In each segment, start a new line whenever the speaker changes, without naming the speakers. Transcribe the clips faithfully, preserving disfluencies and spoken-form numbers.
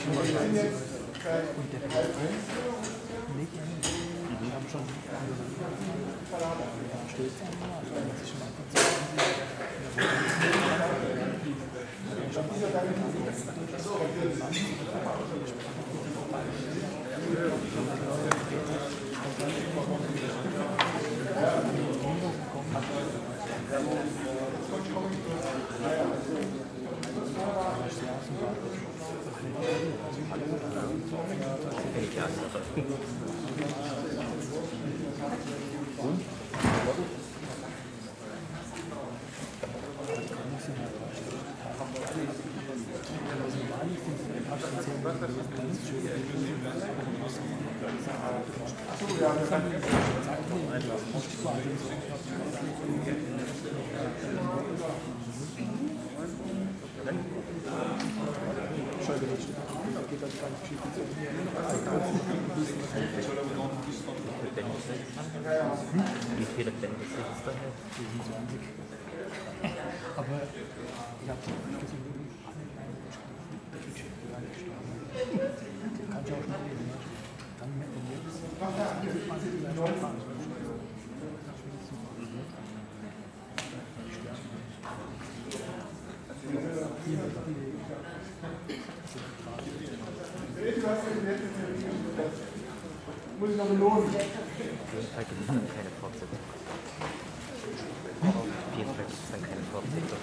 Wie viele Bände sind es daher?
siebenundzwanzig. Aber ich habe gesehen, kann ich auch schon lesen. Dann mit dem Leben.
Muss ich noch belohnen.
Jedenfalls gibt es dann keine Fortsetzung. Jedenfalls gibt es dann keine Fortsetzung.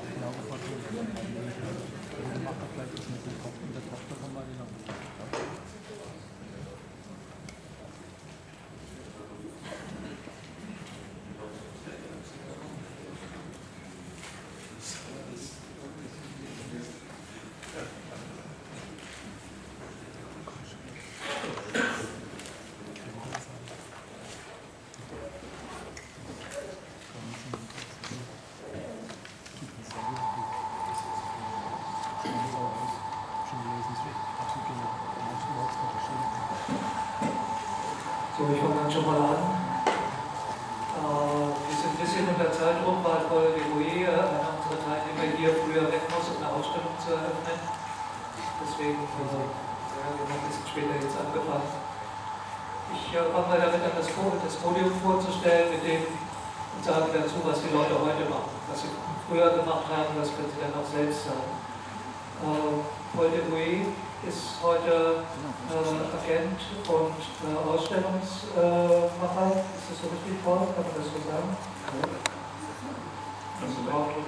So, ich fange dann schon mal an. Äh, wir sind ein bisschen unter Zeitdruck, weil Paul Derouet, einer unserer Teilnehmer, hier früher weg muss, um eine Ausstellung zu eröffnen. Deswegen äh, ja, wir haben ein bisschen später jetzt angefangen. Ich äh, fange mal damit an, das, das Podium vorzustellen, mit dem und sage dazu, was die Leute heute machen. Was sie früher gemacht haben, das können sie dann auch selbst sagen. Äh, Paul Derouet ist heute äh, Agent und äh, Ausstellungsmacher. Äh, ist das so richtig, Paul? Kann man das so sagen? Ja. Kannst du draufdrücken?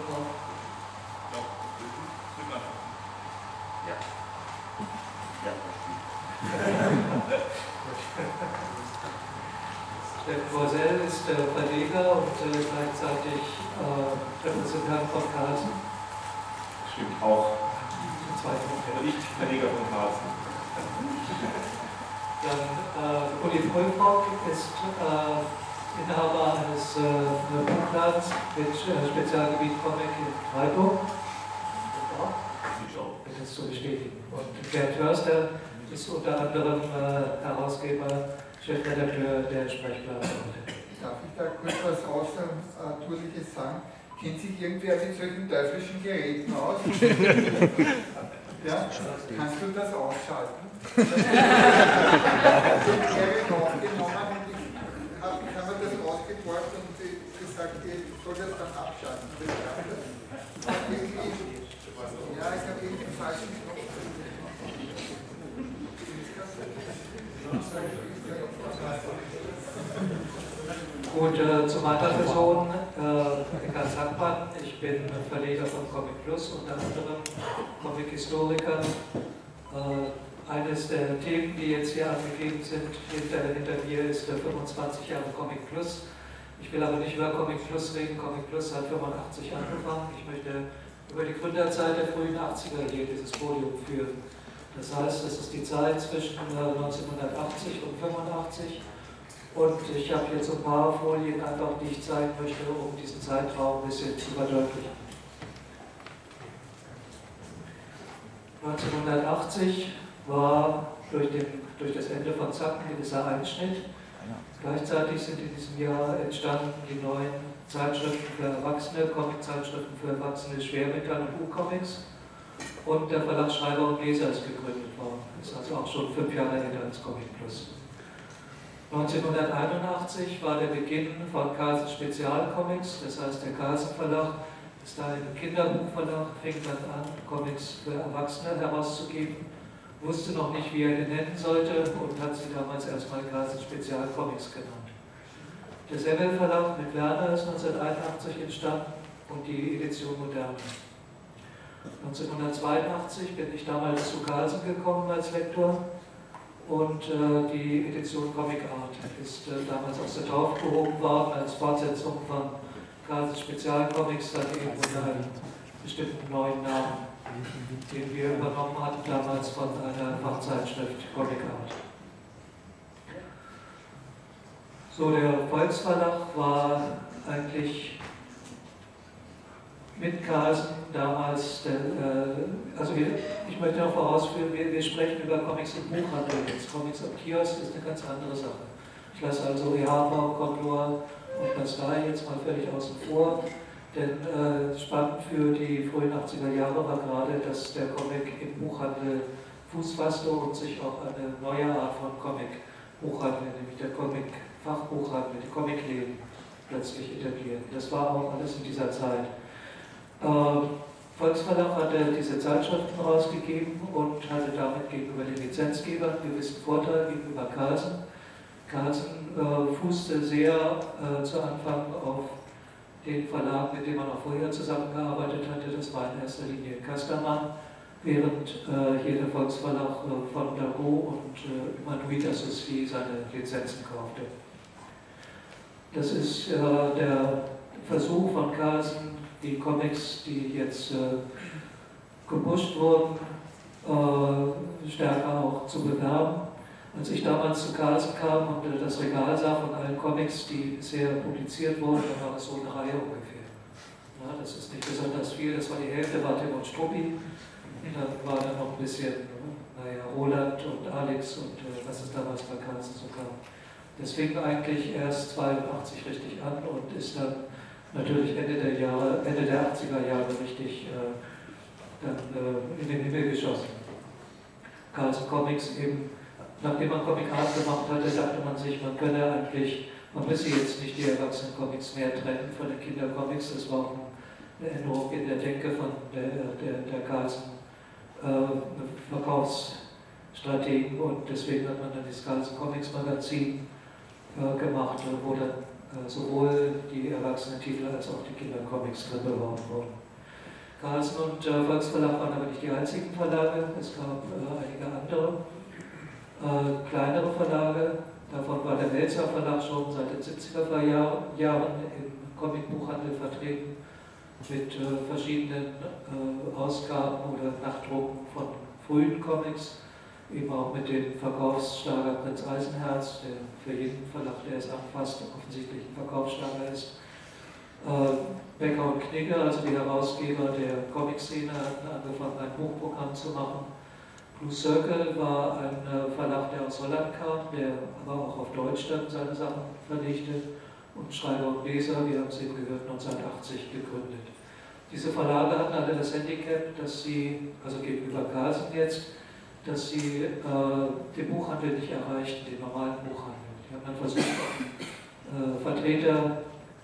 Ja. Ja.
Steffen Borsell ist äh, Verleger und äh, gleichzeitig äh, Repräsentant von Carlsen.
Stimmt auch.
Aber
nicht Verleger von Carlsen.
Dann äh, Uli Fulfrock ist äh, Inhaber eines äh, Buchladens mit äh, Spezialgebiet Comic in Freiburg. Ja, das zu bestätigen. Und Bernd Förster ist unter anderem äh, Herausgeber, Chefredakteur der Sprechblatt.
Darf ich da kurz was Außertourliches sagen? Kennt sich irgendwer mit solchen teuflischen Geräten aus? Ja? Kannst du das ausschalten? Ich habe mir das ausgeborgt und gesagt, ich soll das dann abschalten. Ja, ich habe irgendwie den falschen Knopf.
Gut, äh, zu meiner Person, äh, Eckhard Sackmann. Ich bin Verleger von Comic Plus, unter anderem Comic-Historiker. Äh, eines der Themen, die jetzt hier angegeben sind, hinter, hinter mir ist der fünfundzwanzig Jahre Comic Plus. Ich will aber nicht über Comic Plus reden. Comic Plus hat fünfundachtzig angefangen. Ich möchte über die Gründerzeit der frühen achtziger hier dieses Podium führen. Das heißt, das ist die Zeit zwischen neunzehnhundertachtzig und fünfundachtzig. Und ich habe jetzt ein paar Folien einfach, die ich zeigen möchte, um diesen Zeitraum ein bisschen zu verdeutlichen. neunzehnhundertachtzig war durch, den, durch das Ende von Zacken ein gewisser Einschnitt. Gleichzeitig sind in diesem Jahr entstanden die neuen Zeitschriften für Erwachsene, Comic-Zeitschriften für Erwachsene, Schwermetall und U-Comics. Und der Verlag Schreiber und Leser ist gegründet worden. Ist also auch schon fünf Jahre älter als Comic Plus. neunzehnhunderteinundachtzig war der Beginn von Carlsen Spezialcomics, das heißt der Carlsen Verlag ist da ein Kinderbuchverlag, fing dann an, Comics für Erwachsene herauszugeben, wusste noch nicht, wie er den nennen sollte und hat sie damals erstmal Carlsen Spezialcomics genannt. Der Semmel Verlag mit Werner ist neunzehnhunderteinundachtzig entstanden und die Edition Moderne. neunzehnhundertzweiundachtzig bin ich damals zu Carlsen gekommen als Lektor und äh, die Edition Comic Art ist äh, damals aus der Taufe gehoben worden als Fortsetzung von Carlsen Spezialcomics, dann eben unter einem bestimmten neuen Namen, den wir übernommen hatten damals von einer Fachzeitschrift Comic Art. So, der Volksverlag war eigentlich mit Carlsen damals, der, äh, also wir, ich möchte noch vorausführen, wir, wir sprechen über Comics im Buchhandel jetzt. Comics am Kiosk ist eine ganz andere Sache. Ich lasse also E H V, Condor und Bastei jetzt mal völlig außen vor, denn äh, spannend für die frühen achtziger Jahre war gerade, dass der Comic im Buchhandel Fuß fasste und sich auch eine neue Art von Comic-Buchhandel, nämlich der Comic-Fachbuchhandel, die Comicläden plötzlich etabliert. Das war auch alles in dieser Zeit. Äh, Volksverlag hatte diese Zeitschriften rausgegeben und hatte damit gegenüber den Lizenzgebern einen gewissen Vorteil gegenüber Carlsen. Carlsen äh, fußte sehr äh, zu Anfang auf den Verlag, mit dem man auch vorher zusammengearbeitet hatte. Das war in erster Linie Kastermann, während äh, hier der Volksverlag äh, von Dargaud und äh, Emmanuel Associés seine Lizenzen kaufte. Das ist äh, der Versuch von Carlsen, die Comics, die jetzt äh, gepusht wurden, äh, stärker auch zu bewerben. Als ich damals zu Carlsen kam und das Regal sah von allen Comics, die bisher publiziert wurden, dann war das so eine Reihe ungefähr. Ja, das ist nicht besonders viel, das war die Hälfte, war Tim und Struppi. Dann war da noch ein bisschen, naja, Roland und Alex und äh, was es damals bei Carlsen so kam. Das fing eigentlich erst zweiundachtzig richtig an und ist dann natürlich Ende der Jahre, Ende der achtziger Jahre richtig äh, dann, äh, in den Himmel geschossen. Carlsen Comics eben, nachdem man Comic Art gemacht hatte, dachte man sich, man könne eigentlich, man müsse jetzt nicht die Erwachsenen-Comics mehr trennen von den Kindercomics. Das war auch eine Änderung in der Denke von der, der, der Carlsen äh, Verkaufsstrategen und deswegen hat man dann das Carlsen Comics Magazin äh, gemacht, wo dann äh, sowohl die Erwachsenen-Titel als auch die Kindercomics drin beworben wurden. Carlsen und äh, Volksverlag waren aber nicht die einzigen Verlage, es gab äh, einige andere. Äh, kleinere Verlage, davon war der Welzer Verlag schon seit den siebziger Jahren im Comicbuchhandel vertreten, mit äh, verschiedenen äh, Ausgaben oder Nachdrucken von frühen Comics, eben auch mit dem Verkaufsschlager Prinz Eisenherz, der für jeden Verlag, der es anfasst, offensichtlich ein Verkaufsschlager ist. Äh, Becker und Knigge, also die Herausgeber der Comic-Szene, hatten angefangen, ein Buchprogramm zu machen. Blue Circle war ein äh, Verlag, der aus Holland kam, der aber auch auf Deutsch dann seine Sachen verlegte. Und Schreiber und Leser, wir haben es eben gehört, neunzehnhundertachtzig gegründet. Diese Verlage hatten alle das Handicap, dass sie, also gegenüber Carlsen jetzt, dass sie äh, den Buchhandel nicht erreichten, den normalen Buchhandel. Die haben dann versucht, äh, Vertreter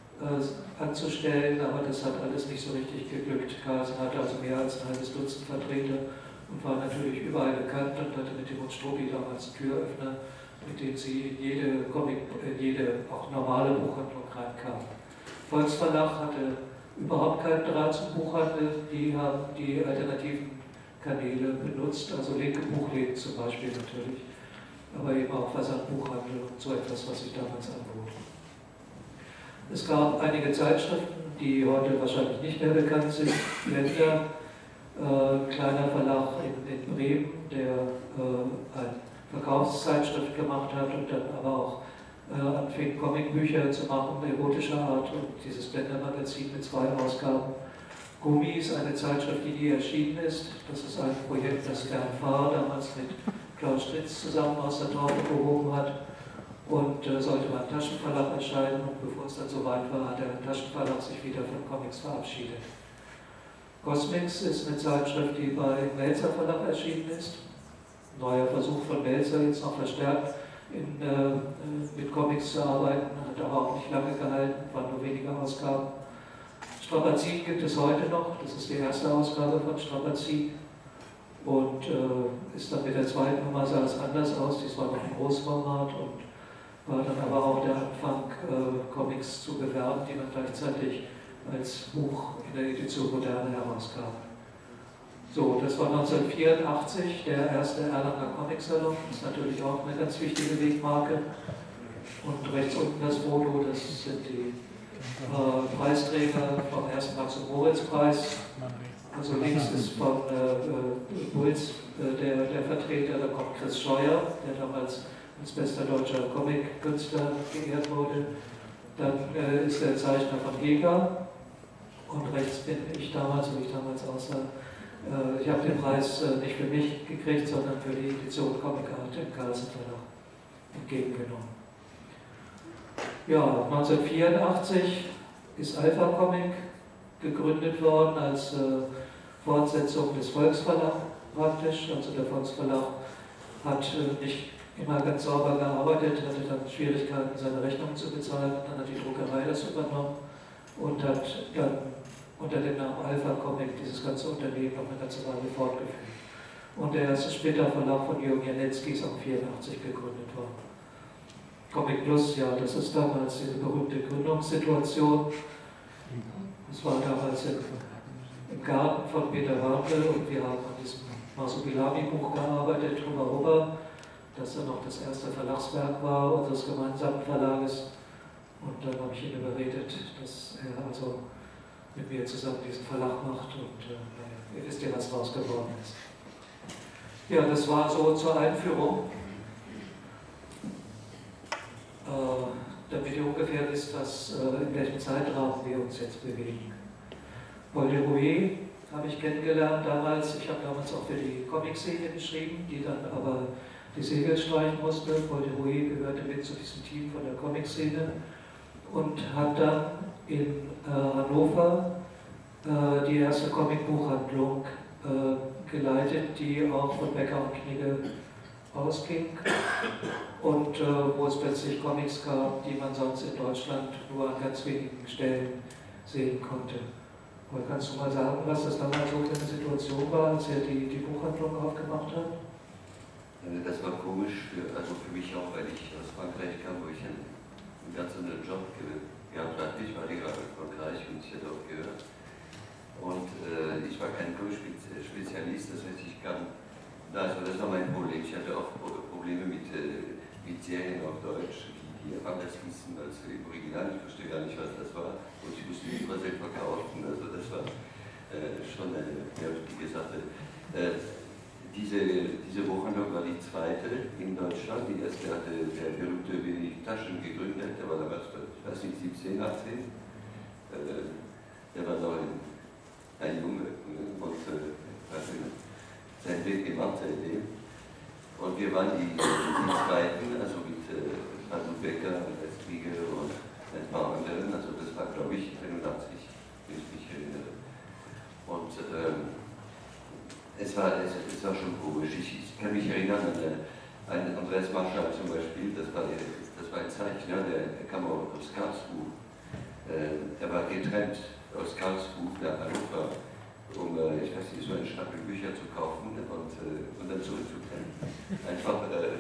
äh, anzustellen, aber das hat alles nicht so richtig geglückt. Carlsen hatte also mehr als ein halbes Dutzend Vertreter und war natürlich überall bekannt und hatte mit dem und Struppi damals einen Türöffner, mit dem sie in jede Comic, in jede auch normale Buchhandlung reinkamen. Volksverlag hatte überhaupt keinen Draht zum Buchhandel, die haben die alternativen Kanäle benutzt, also linke Buchläden zum Beispiel natürlich, aber eben auch Versandbuchhandel und so etwas, was sich damals anbot. Es gab einige Zeitschriften, die heute wahrscheinlich nicht mehr bekannt sind. Länder, äh, kleiner Verlag in, in Bremen, der äh, eine Verkaufszeitschrift gemacht hat und dann aber auch äh, anfing, Comicbücher zu machen, erotischer Art und dieses Blender-Magazin mit zwei Ausgaben. Gummi ist eine Zeitschrift, die nie erschienen ist. Das ist ein Projekt, das Bernd Fahr damals mit Klaus Stritz zusammen aus der Taufe gehoben hat. Und äh, sollte beim Taschenverlag erscheinen und bevor es dann so weit war, hat der Taschenverlag sich wieder von Comics verabschiedet. Cosmix ist eine Zeitschrift, die bei Welzer Verlag erschienen ist. neuer Versuch von Meltzer, jetzt noch verstärkt in, äh, mit Comics zu arbeiten, hat aber auch nicht lange gehalten, waren nur wenige Ausgaben. Strapazin gibt es heute noch, das ist die erste Ausgabe von Strapazin und äh, ist dann mit der zweiten Nummer sah es anders aus, dies war noch ein Großformat und war dann aber auch der Anfang, äh, Comics zu bewerben, die man gleichzeitig als Buch in der Edition Moderne herausgab. So, das war neunzehnhundertvierundachtzig, der erste Erlanger Comic-Salon, das ist natürlich auch eine ganz wichtige Wegmarke. Und rechts unten das Foto, das sind die äh, Preisträger vom ersten Max-und-Moritz-Preis. Also links ist von äh, Bulls äh, der, der Vertreter, da kommt Chris Scheuer, der damals als bester deutscher Comic-Künstler geehrt wurde. Dann äh, ist der Zeichner von Heger und rechts bin ich damals, wo ich damals aussah. Äh, ich habe den Preis äh, nicht für mich gekriegt, sondern für die Edition Comic Art im Carlsen Verlag entgegengenommen. Ja, neunzehnhundertvierundachtzig ist Alpha Comic gegründet worden als äh, Fortsetzung des Volksverlag praktisch. Also der Volksverlag hat äh, nicht immer ganz sauber gearbeitet, hatte dann Schwierigkeiten, seine Rechnungen zu bezahlen, dann hat die Druckerei das übernommen und hat dann unter dem Namen Alpha Comic dieses ganze Unternehmen noch eine ganze Weile fortgeführt. Und der erste Splitter-Verlag von Jürgen Janetzki ist auch vierundachtzig gegründet worden. Comic Plus, ja, das ist damals diese berühmte Gründungssituation. Das war damals im, im Garten von Peter Warnke und wir haben an diesem Masupilami-Buch gearbeitet, Hubba Hubba, das dann noch das erste Verlagswerk war unseres gemeinsamen Verlages. Und dann habe ich ihn überredet, dass er also mit mir zusammen diesen Verlag macht und äh, naja, ihr wisst ja, was raus geworden ist. Ja, das war so zur Einführung. Äh, damit ihr ungefähr wisst, was, äh, in welchem Zeitraum wir uns jetzt bewegen. Paul de Rouet habe ich kennengelernt damals. Ich habe damals auch für die Comic-Szene geschrieben, die dann aber die Segel streichen musste. Paul de Rouet gehörte mit zu diesem Team von der Comic-Szene und hat dann in äh, Hannover äh, die erste Comicbuchhandlung äh, geleitet, die auch von Becker und Knigge ausging und äh, wo es plötzlich Comics gab, die man sonst in Deutschland nur an ganz wenigen Stellen sehen konnte. Aber kannst du mal sagen, was das damals so für eine Situation war, als er die, die Buchhandlung aufgemacht hat?
Das war komisch, für, also für mich auch, weil ich aus Frankreich kam, wo ich einen, einen ganz anderen Job gehabt hatte. Ich war Lehrer in Frankreich und ich hatte auch gehört. Und äh, ich war kein Comic-Spezialist, das heißt, ich kam, also das war mein Problem. Ich hatte auch Probleme mit, äh, mit Serien auf Deutsch, die, die anders hießen als im Original. Ich wusste gar nicht, was das war. Und ich musste mich immer selber verkaufen. Also das war äh, schon eine merkwürdige Sache. Äh, diese, diese Buchhandlung war die zweite in Deutschland. Die erste hatte der berühmte Benedikt Taschen gegründet. Der war damals, ich weiß nicht, siebzehn, achtzehn. Äh, der war noch ein, ein Junge und äh, hatte seinen Weg gemacht seitdem. Und wir waren die, die Zweiten, also mit äh, Manu Becker, Andreas Kriege und ein paar anderen. Also das war, glaube ich, einundachtzig, wenn ich mich erinnere. Und ähm, es, war, es, es war schon komisch. Ich, ich kann mich erinnern an einen Andreas Marschall zum Beispiel, das war, das war ein Zeichner, der, der kam aus Karlsruhe. Äh, er war getrennt aus Karlsruhe nach Hannover, um, äh, ich weiß nicht, so einen Stapel Bücher zu kaufen und, äh, und dann zurückzubringen. Einfach, äh,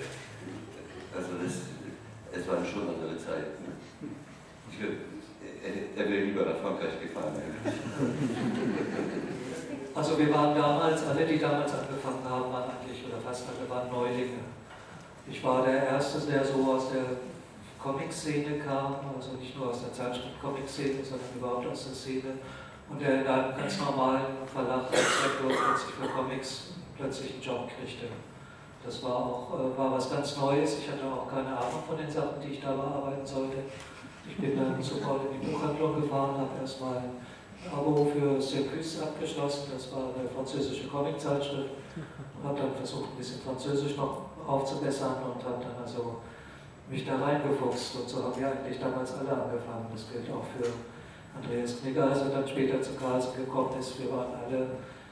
also das, es waren schon andere Zeiten. Ich, er, er wäre lieber nach Frankreich gefahren eigentlich.
Also wir waren damals, alle die damals angefangen haben, waren eigentlich, oder fast alle waren Neulinge. Ich war der Erste, der so aus der Comic-Szene kam, also nicht nur aus der Zeitschrift-Comic-Szene, sondern überhaupt aus der Szene. Und der in einem ganz normalen Verlag plötzlich für Comics plötzlich einen Job kriegte. Das war auch äh, war was ganz Neues. Ich hatte auch keine Ahnung von den Sachen, die ich da bearbeiten sollte. Ich bin dann sofort in die Buchhandlung gefahren, habe erstmal ein Abo für Circus abgeschlossen. Das war eine französische Comic-Zeitschrift. Und habe dann versucht, ein bisschen Französisch noch aufzubessern und habe dann also mich da reingefuchst. Und so haben wir eigentlich damals alle angefangen. Das gilt auch für Andreas Knigge, als er dann später zu Carlsen gekommen ist. Wir waren alle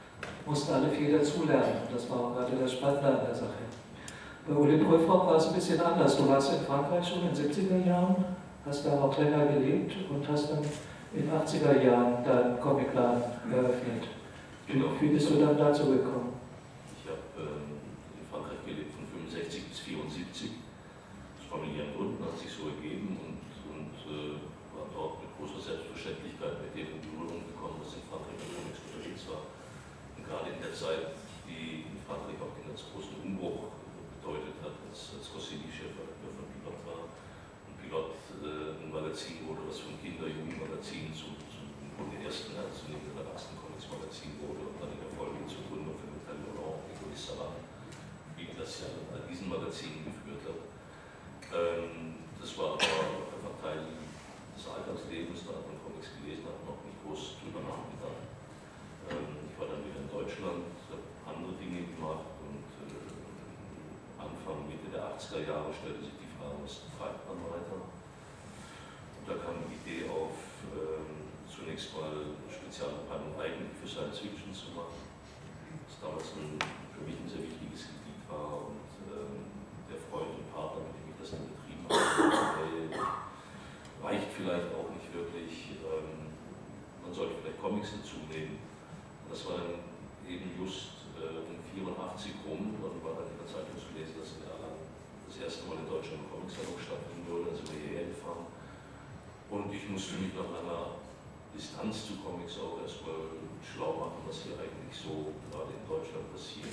mussten alle viel dazulernen. Und das war auch gerade das Spannende an der Sache. Bei Uli Prüfrock war es ein bisschen anders. Du warst in Frankreich schon in den siebziger Jahren, hast da auch länger gelebt und hast dann in den achtziger Jahren deinen Comicladen eröffnet.
Genau.
Wie bist du dann dazu gekommen?
Ich habe ähm, in Frankreich gelebt von fünfundsechzig bis vierundsiebzig. Aus familiären Gründen hat sich so ergeben und, und äh, war dort mit großer Selbstverständlichkeit mit dem in Berührung gekommen, was in Frankreich mit Comics unterwegs war. Und gerade in der Zeit, die in Frankreich auch den ganz großen Umbruch bedeutet hat, als, als Goscinny-Chef von Pilot war. Und Pilot äh, ein Magazin wurde, was vom Kinder-Jugendmagazin zum, zum den ersten ernstzunehmenden Erwachsenen-Comics-Magazin wurde und dann in der Folge zur Gründung von Metal Laurent, Nicolas Salan, wie das ja an diesen Magazinen geführt hat. Ähm, das war aber einfach Teil des Alltagslebens, da hat man Comics gelesen, hat noch nicht groß drüber nachgedacht. Ähm, ich war dann wieder in Deutschland, habe andere Dinge gemacht und äh, Anfang, Mitte der achtziger Jahre stellte sich die Frage, was treibt man weiter? Und da kam die Idee auf, ähm, zunächst mal eine Spezialabteilung eigentlich für Science Fiction zu machen, was damals ein, für mich ein sehr wichtiges Gebiet war und ähm, der Freund und Partner, mit dem ich das dann betrieben habe, reicht vielleicht auch nicht wirklich, ähm, man sollte vielleicht Comics dazu nehmen. Und das war dann eben just äh, um vierundachtzig rum, dann war dann in der Zeitung zu lesen, dass in Erlangen das erste Mal in Deutschland eine Comic-Salon stattfinden würde, also wir hierher gefahren. Und ich musste mich nach langer Distanz zu Comics auch erstmal schlau machen, was hier eigentlich so gerade in Deutschland passiert.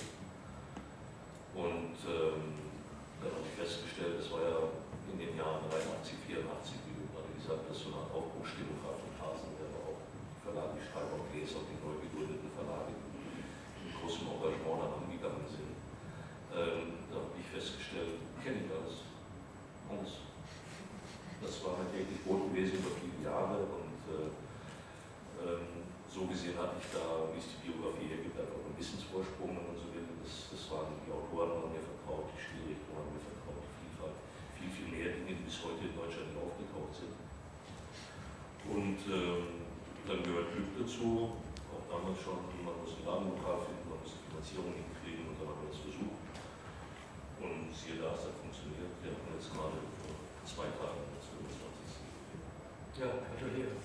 Und ähm, dann habe ich festgestellt, das war ja in den Jahren dreiundachtzig, vierundachtzig, wie du gerade gesagt hast, so eine Aufbruchstimmung war von Hasen, der war auch die Verlage, die Schreiber und Leser, die neu gegründeten Verlage, die mit großem Engagement da angegangen sind. Ähm, da habe ich festgestellt, kenne ich alles. Alles. Das war mein täglich Brot gewesen über viele Jahre und äh, ähm, so gesehen hatte ich da, wie es die Biografie hergibt, einfach einen Wissensvorsprung, wenn man so will. Das, das waren die Autoren, waren mir vertraut, die Stilrichtung waren mir vertraut, die Vielfalt, viel, viel mehr Dinge, die bis heute in Deutschland nicht aufgetaucht sind. Und ähm, dann gehört Glück dazu, auch damals schon, man muss ein Ladenlokal finden, man muss eine Finanzierung hinkriegen und dann haben wir das versucht. Und siehe da, es hat funktioniert. Wir hatten jetzt gerade vor zwei Tagen das fünfundzwanzigsten
Ja, gratuliere.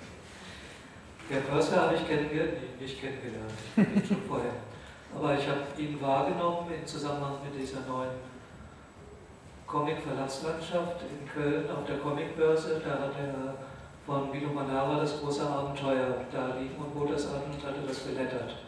Herr Pörster habe ich kennengelernt, nicht kennengelernt, ich kannte ihn schon vorher. Aber ich habe ihn wahrgenommen im Zusammenhang mit dieser neuen Comic-Verlagslandschaft in Köln auf der Comicbörse. Da hat er von Vito Manara das große Abenteuer da liegen und bot das an und hatte das belettert.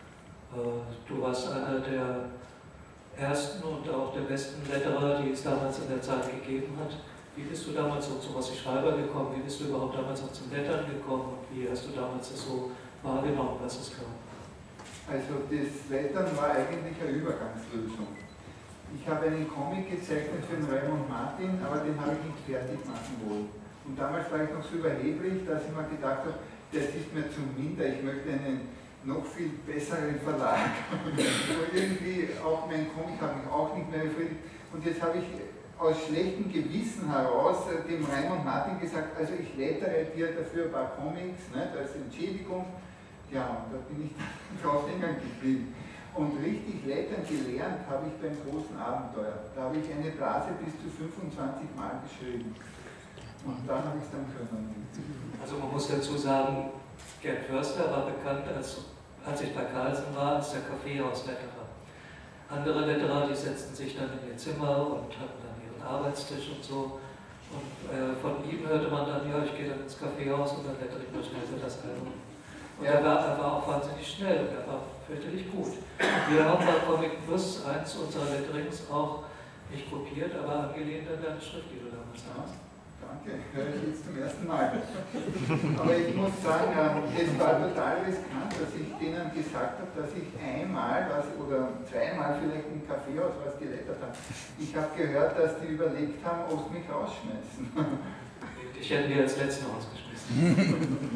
Du warst einer der ersten und auch der besten Letterer, die es damals in der Zeit gegeben hat. Wie bist du damals so zu Rossi Schreiber gekommen? Wie bist du überhaupt damals auch zum Lettern gekommen? Und wie hast du damals das so wahrgenommen, was es gab?
Also das Lettern war eigentlich eine Übergangslösung. Ich habe einen Comic gezeichnet für den Raymond Martin, aber den habe ich nicht fertig machen wollen. Und damals war ich noch so überheblich, dass ich mir gedacht habe, das ist mir zu minder, ich möchte einen noch viel besseren Verlag. Und irgendwie auch mein Comic hat mich auch nicht mehr befriedigt. Und jetzt habe ich aus schlechtem Gewissen heraus dem Raymond Martin gesagt, also ich lettere dir dafür ein paar Comics, ne, als Entschädigung. Ja, und da bin ich drauf hängen geblieben. Und richtig lettern gelernt habe ich beim großen Abenteuer. Da habe ich eine Blase bis zu fünfundzwanzig Mal geschrieben. Und dann habe ich es dann können.
Also man muss dazu sagen, Gerd Förster war bekannt, als, als ich bei Carlsen war, als der Kaffeehausletterer. Andere Letterer, die setzten sich dann in ihr Zimmer und hatten dann ihren Arbeitstisch und so. Und äh, von ihm hörte man dann, ja, ich gehe dann ins Kaffeehaus und dann lettere ich mal schnell für das Album. Und ja. er, war, er war auch wahnsinnig schnell und er war fürchterlich gut. Wir haben bei Comic Plus eins unserer Letterings auch nicht kopiert, aber angelehnt an deine Schrift, die du damals hast.
Danke, höre ich jetzt zum ersten Mal. Aber ich muss sagen, es war total riskant, dass ich denen gesagt habe, dass ich einmal was oder zweimal vielleicht im Kaffeehaus was gelettert habe. Ich habe gehört, dass die überlegt haben, ob sie mich rausschmeißen.
Ich hätte mich als Letzten rausgeschmissen.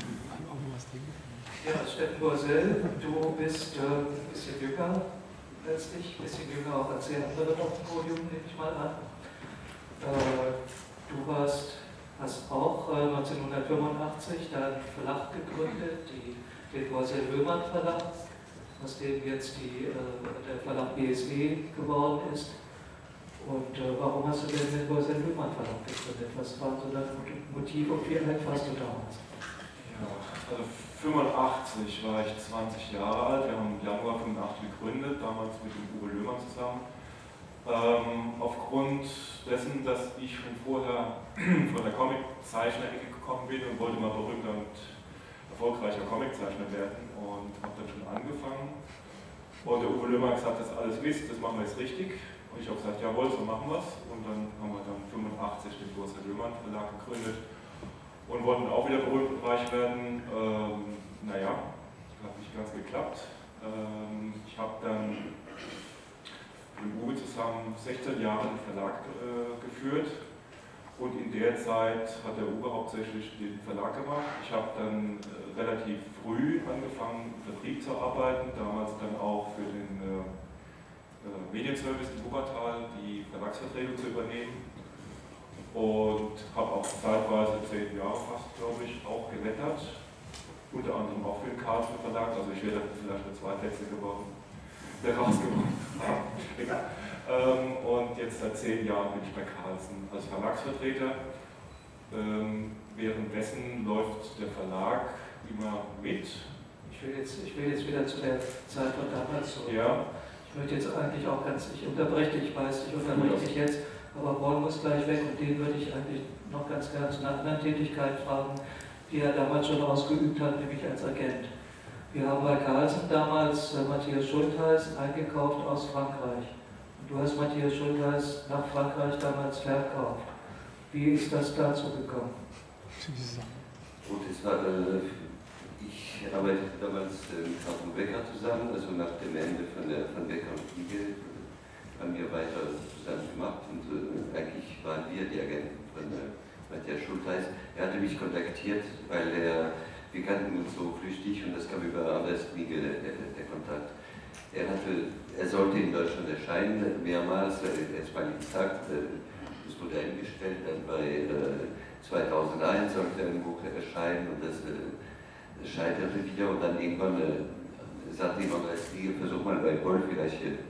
Ja, Steffen Borsell, du bist äh, ein bisschen jünger als ich, ein bisschen jünger auch als die anderen auf dem Podium, nehme ich mal an. Äh, du warst, hast auch äh, neunzehnhundertfünfundachtzig deinen Verlag gegründet, die, den Borsell-Löhmann Verlag. aus dem jetzt die, äh, der Verlag B S E geworden ist. Und äh, warum hast du denn den Beuys-Lühmann Verlag gegründet? Was waren so deine Motive und wie alt warst du damals?
Ja, also fünfundachtzig war ich zwanzig Jahre alt. Wir haben im Januar fünfundachtzig gegründet, damals mit dem Uwe Löhmann zusammen. Ähm, aufgrund dessen, dass ich schon vorher von der Comiczeichner-Ecke gekommen bin und wollte mal berühmter und erfolgreicher Comiczeichner werden und habe dann schon angefangen. Und der Uwe Löhmann hat gesagt, das ist alles Mist, das machen wir jetzt richtig. Und ich habe gesagt, jawohl, so machen wir es. Und dann haben wir dann fünfundachtzig den Beuys-Lühmann Verlag gegründet und wollten auch wieder berühmt und reich werden. Ähm, naja, hat nicht ganz geklappt. Ähm, ich habe dann mit Uwe zusammen sechzehn Jahre den Verlag äh, geführt. Und in der Zeit hat der Uwe hauptsächlich den Verlag gemacht. Ich habe dann äh, relativ früh angefangen, im Vertrieb zu arbeiten, damals dann auch für den äh, Medienservice in Wuppertal die Verlagsvertretung zu übernehmen und habe auch zeitweise zehn Jahre fast, glaube ich, auch gelettert, unter anderem auch für den Carlsen Verlag, also ich wäre vielleicht nur Zweitletzte geworden, der rausgekommen. Egal. Ähm, und jetzt seit zehn Jahren bin ich bei Carlsen als Verlagsvertreter. Ähm, währenddessen läuft der Verlag immer mit.
Ich will jetzt, ich will jetzt wieder zu der Zeit von damals zurück.
Ja.
Ich möchte jetzt eigentlich auch ganz, ich unterbreche dich, ich weiß, ich unterbreche dich jetzt, aber Born muss gleich weg und den würde ich eigentlich noch ganz gerne zu einer anderen Tätigkeit fragen, die er damals schon ausgeübt hat, nämlich als Agent. Wir haben bei Carlsen damals äh, Matthias Schultheiß eingekauft aus Frankreich. Und du hast Matthias Schultheiß nach Frankreich damals verkauft. Wie ist das dazu gekommen?
Gut, es war, äh, ich arbeitete damals äh, mit Carsten Becker zusammen, also nach dem Ende von, der, von Becker und Kriege haben wir weiter zusammen gemacht und äh, eigentlich waren wir die Agenten von äh, Matthias Schultheiß. Er hatte mich kontaktiert, weil er, wir kannten uns so flüchtig und das kam über Anders Kriege, der, der Kontakt. Er, hatte, er sollte in Deutschland erscheinen, mehrmals, äh, erstmal gesagt, äh, es wurde eingestellt, dann bei äh, zweitausendeins sollte ein Buch erscheinen und das äh, scheiterte wieder und dann irgendwann äh, sagte jemand als Kriege, versuch mal bei Boll vielleicht äh,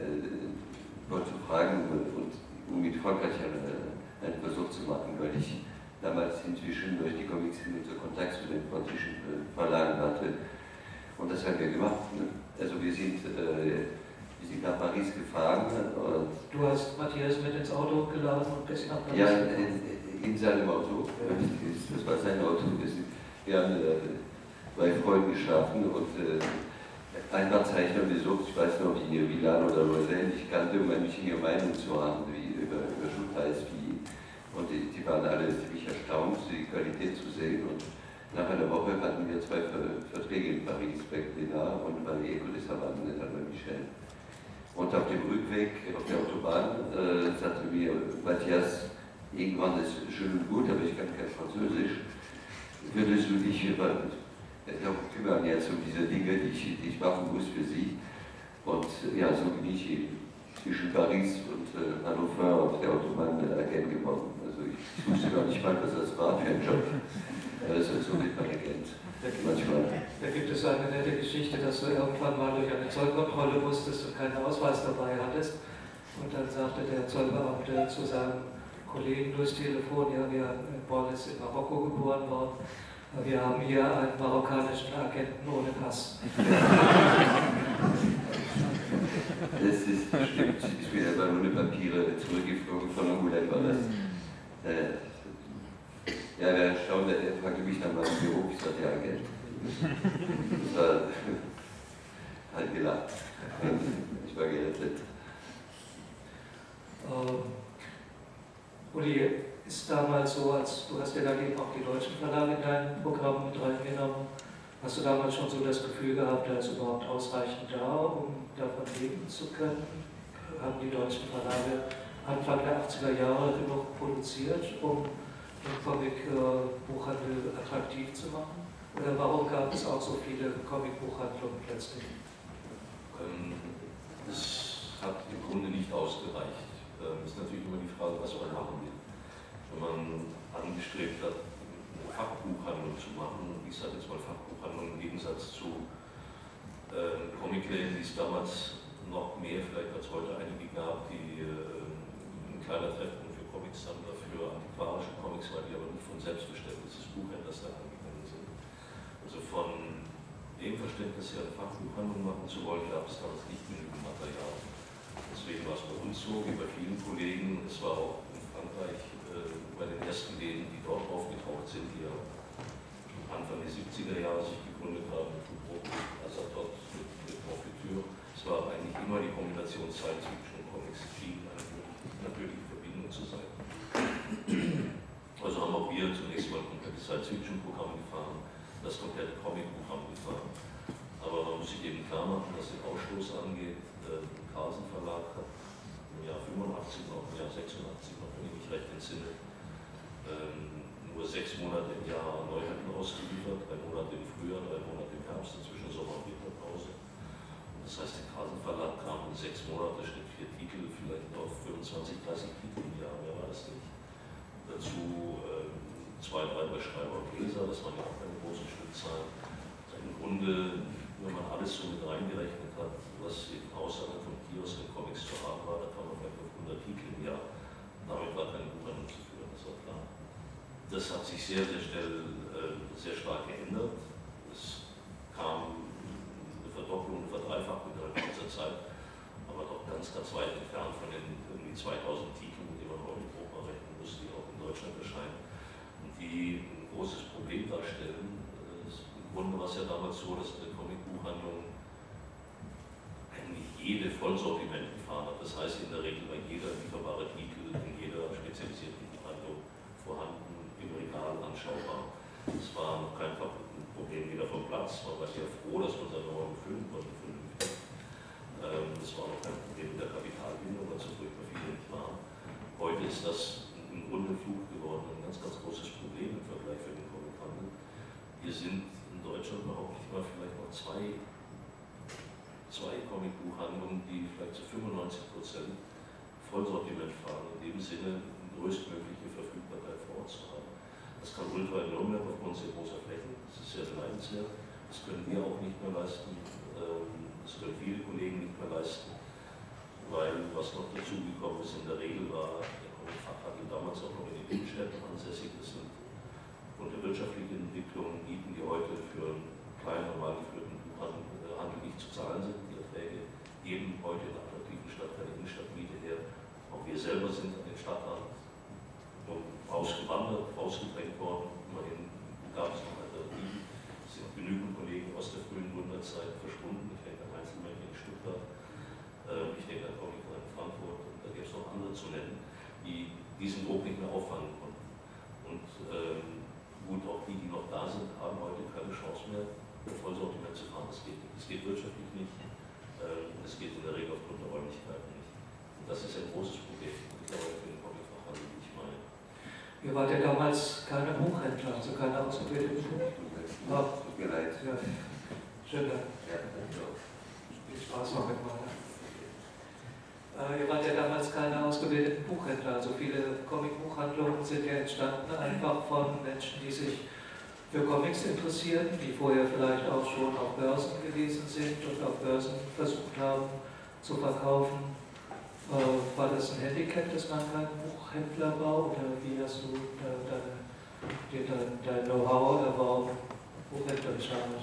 Boll zu fragen und, und um mit Frankreich einen, einen Versuch zu machen, weil ich damals inzwischen durch die Comics so Kontakt zu den französischen Verlagen hatte. Und das haben wir gemacht. Ne? Also wir sind, äh, wir sind nach Paris gefahren. Und
du hast Matthias mit ins Auto geladen und bist nach Paris
ja,
gefahren?
in, in seinem Auto. Ja. Das war sein Auto. Wir haben äh, bei Freunden geschlafen und äh, ein paar Zeichner besucht, ich weiß noch, wie Villan oder Roselle, ich kannte, um ein bisschen ihre Meinung zu haben, wie über, über Schultheiß, wie, und die, die waren alle ziemlich erstaunt, die Qualität zu sehen. Und nach einer Woche hatten wir zwei Ver Verträge in Paris, bei Glénat und bei Eco de Savane, bei Michel. Und auf dem Rückweg auf der Autobahn äh, sagte mir Matthias, irgendwann ist schön und gut, aber ich kann kein Französisch. Würdest du dich über darum kümmern jetzt um diese Dinge, die ich, die ich machen muss für Sie. Und ja, so bin ich zwischen Paris und äh, Hannover auf der Autobahn äh, Agent geworden. Also ich, ich wusste gar nicht mal, was das war für ein Job. Also so wird man Agent.
Da gibt,
manchmal.
Da gibt es eine nette Geschichte, dass du irgendwann mal durch eine Zollkontrolle musstest und keinen Ausweis dabei hattest. Und dann sagte der Zollbeamte zu seinem Kollegen durchs Telefon, ja, wir, Boll ist in Marokko geboren worden. Wir haben hier einen marokkanischen Agenten ohne Pass.
Das ist stimmt. Ich bin aber ohne Papiere zurückgeflogen von Angoulême war das. Äh, ja, der Erstaunt, der fragte mich nach meinem Beruf, ich sagte, ja, Agent. Das war halt gelacht. Ich war gerettet.
Ähm, Uli, ist damals so, als du hast ja dann eben auch die deutschen Verlage in dein Programm mit reingenommen. Hast du damals schon so das Gefühl gehabt, da ist überhaupt ausreichend da, um davon leben zu können? Haben die deutschen Verlage Anfang der achtziger Jahre genug produziert, um den Comic-Buchhandel attraktiv zu machen? Oder warum gab es auch so viele Comic-Buchhandlungen plötzlich?
Ähm, das hat im Grunde nicht ausgereicht. Ähm, ist natürlich immer die Frage, was man machen will. Wenn man angestrebt hat, eine Fachbuchhandlung zu machen, ich sage jetzt mal Fachbuchhandlung im Gegensatz zu ähm, Comicläden, die es damals noch mehr vielleicht als heute einige gab, die äh, ein kleiner Treffpunkt für Comicsammler, für antiquarische Comics waren, die aber nicht von Selbstverständnis des Buchhändlers da angegangen sind. Also von dem Verständnis her, eine Fachbuchhandlung machen zu wollen, gab es damals nicht genügend Material. Deswegen war es bei uns so, wie bei vielen Kollegen, es war auch in Frankreich äh, bei den ersten Läden, die dort aufgetaucht sind, die ja Anfang der siebziger Jahre sich gegründet haben, mit Buchbruch, Azatot, mit, mit Confiture. Es war eigentlich immer die Kombination Science Fiction und Comics, schien eine natürliche Verbindung zu sein. Also haben auch wir zunächst mal ein komplettes Science Fiction Programm gefahren, das komplette Comic-Programm gefahren. Aber man muss sich eben klar machen, was den Ausstoß angeht. Der Carlsen Verlag hat im Jahr fünfundachtzig noch, im Jahr sechsundachtzig noch, wenn ich mich recht entsinne, ähm, nur sechs Monate im Jahr Neuheiten ausgeliefert, drei Monate im Frühjahr, drei Monate im Herbst, zwischen Sommer- und Winterpause. Und das heißt, der Carlsen Verlag kam in sechs Monate, statt vier Titel, vielleicht auf fünfundzwanzig, dreißig Titel im Jahr, mehr war das nicht. Dazu ähm, zwei, drei bei Schreiber und Leser, das waren ja auch eine große Stückzahl. Also im Grunde, wenn man alles so mit reingerechnet hat, was eben außerhalb von Kiosk und Comics zu haben war, da kam man vielleicht auf hundert Titel im Jahr. Damit war keine Buchhandlung zu führen, das war klar. Das hat sich sehr, sehr schnell, äh, sehr stark geändert. Es kam eine Verdopplung, eine Verdreifachung innerhalb kurzer Zeit, aber doch ganz, ganz weit entfernt von den irgendwie zweitausend Titeln, mit denen man heute in Europa rechnen muss, die auch in Deutschland erscheinen und die ein großes Problem darstellen. Im Grunde war es ja damals so, dass eine Comicbuchhandlung eigentlich jede Vollsortiment gefahren hat. Das heißt, in der Regel war jeder lieferbare Titel in jeder spezialisierten Buchhandlung vorhanden, im Regal anschaubar. Es war noch kein Problem wieder vom Platz, man war sehr froh, dass man seine Räume füllen konnte vernünftig. Ähm, es war noch kein Problem mit der Kapitalbindung, weil so furchtbar viele nicht waren. Heute ist das im Grunde Fluch geworden, ein ganz, ganz großes Problem im Vergleich für den Comichandel. Wir sind in Deutschland überhaupt nicht mal vielleicht noch zwei, zwei Comicbuchhandlungen, die vielleicht zu fünfundneunzig Prozent Vollsortiment fahren, in dem Sinne eine größtmögliche Verfügbarkeit vor Ort zu haben. Das kann Ultra in Nürnberg aufgrund sehr großer Flächen, das ist sehr beneidenswert. Das können wir auch nicht mehr leisten, das können viele Kollegen nicht mehr leisten, weil was noch dazu gekommen ist, in der Regel war der Comicfachhandel damals auch noch in den Innenstädten ansässig. Das sind aufgrund der wirtschaftlichen Entwicklung Mieten, die heute für einen kleinen, normal geführten Buchhandel nicht zu zahlen sind. Die Erträge geben heute in einer attraktiven Stadt keine Innenstadtmiete her. Auch wir selber sind an den Stadtrand ausgewandert, ausgedrängt worden. Immerhin gab es noch Alternativen. Es sind genügend Kollegen aus der frühen Gründerzeit verschwunden. Ich denke an Einzelmännchen in Stuttgart, äh, ich denke an Comic in Frankfurt, und da gibt es noch andere zu nennen, die diesen Druck nicht mehr auffangen konnten. Und ähm, gut, auch die, die noch da sind, haben heute keine Chance mehr, Vollsortiment zu fahren. Das geht nicht. Es geht wirtschaftlich nicht. Ähm, es geht in der Regel aufgrund der Räumlichkeiten nicht. Und das ist ein großes Problem. Mittlerweile für den Comicfachhandel, wie ich meine.
Ihr wart ja damals keine Buchhändler, also keine ausgebildeten Buchhändler.
Tut mir leid.
Ja. Schön, dann.
Ja, danke.
Viel Spaß noch mit mal. Äh, ihr wart ja damals keine ausgebildeten Buchhändler, also viele Comicbuchhandlungen sind ja entstanden einfach von Menschen, die sich für Comics interessieren, die vorher vielleicht auch schon auf Börsen gewesen sind und auf Börsen versucht haben zu verkaufen. Äh, war das ein Handicap, dass man kein Buchhändler war, oder wie hast du äh, deine, dir dein, dein Know-how erworben, Buchhändler geschadet?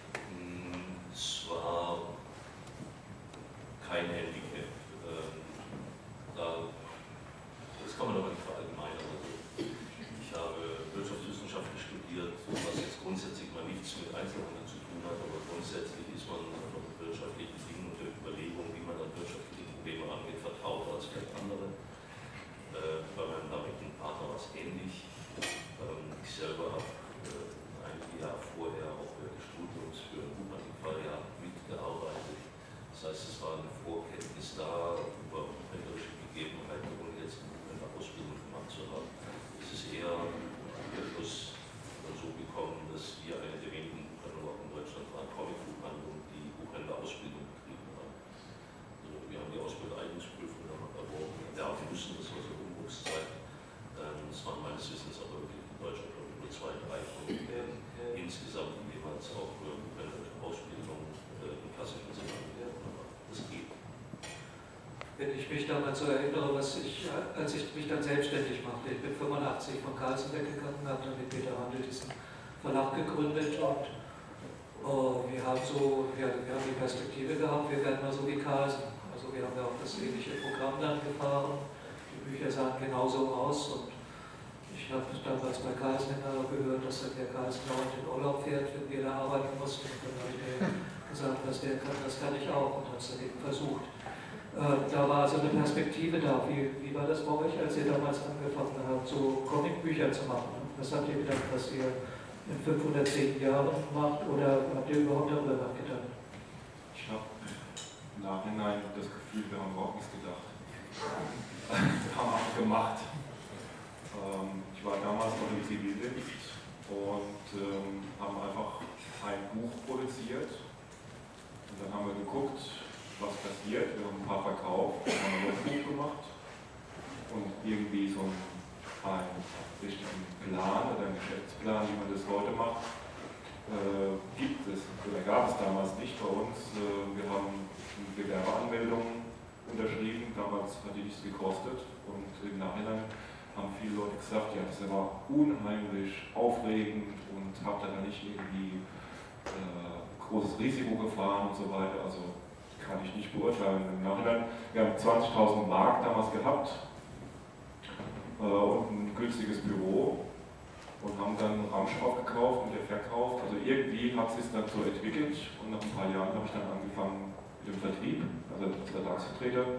Es war kein Handicap. Da, das kann man aber nicht verallgemeinern. Also ich habe Wirtschaftswissenschaften studiert, was jetzt grundsätzlich mal nichts mit Einzelhandel zu tun hat, aber grundsätzlich ist man einfach mit wirtschaftlichen Dingen und der Überlegung, wie man an wirtschaftliche Probleme angeht, vertrauter als vielleicht andere. Äh, bei meinem damaligen Partner war es ähnlich. Ähm, ich selber habe äh, einige Jahre vorher auch während des Studiums für ein Buchantiquariat mitgearbeitet. Das heißt, es war eine Vorkenntnis da über buchhändlerische Gegebenheiten, ohne jetzt eine Ausbildung gemacht zu haben. Es ist eher am Schluss so gekommen, dass wir eine der wenigen Buchhandlungen auch in Deutschland waren, Comic-Buchhandlungen, die Buchhändlerausbildung betrieben haben. Also wir haben die Ausbildungsprüfung erworben, erwerben müssen, das war so eine Umbruchszeit. Das waren meines Wissens aber wirklich in Deutschland nur zwei, drei von insgesamt, die jemals auch buchhändlerische Ausbildung in
wenn ich mich damals so erinnere, was ich, als ich mich dann selbstständig machte. Ich bin fünfundachtzig von Carlsen weggegangen, habe dann mit Peter Handel diesen Verlag gegründet und oh, wir haben so, wir, wir haben die Perspektive gehabt, wir werden mal so wie Carlsen. Also wir haben ja auch das ähnliche Programm dann gefahren. Die Bücher sahen genauso aus und ich habe damals bei Carlsen immer gehört, dass der Carlsen dauernd in Urlaub fährt, wenn wir da arbeiten mussten. Und dann habe ich mir gesagt, was der kann, das kann ich auch und habe es dann eben versucht. Äh, da war also eine Perspektive da. Wie, wie war das bei euch, als ihr damals angefangen habt, so Comicbücher zu machen? Was habt ihr gedacht, was ihr in fünfhundertzehn Jahren macht oder habt ihr überhaupt darüber nachgedacht?
Ich habe im Nachhinein das Gefühl, wir haben überhaupt nichts gedacht. Wir haben einfach gemacht. Ähm, ich war damals noch im Zivildienst und ähm, haben einfach ein Buch produziert. Und dann haben wir geguckt, was passiert. Wir haben ein paar verkauft, dann haben wir ein Buch gemacht und irgendwie so ein einen richtigen Plan oder einen Geschäftsplan, wie man das heute macht, äh, gibt es oder gab es damals nicht bei uns. Äh, wir haben eine Gewerbeanmeldung unterschrieben, damals hat die nichts gekostet und im Nachhinein haben viele Leute gesagt, ja, das war unheimlich aufregend und habt dann nicht irgendwie äh, großes Risiko gefahren und so weiter. Also kann ich nicht beurteilen. Im Nachhinein, wir haben zwanzigtausend Mark damals gehabt und ein günstiges Büro und haben dann Ramschraub gekauft und der verkauft. Also irgendwie hat es sich dann so entwickelt und nach ein paar Jahren habe ich dann angefangen mit dem Vertrieb, also als Verlagsvertreter.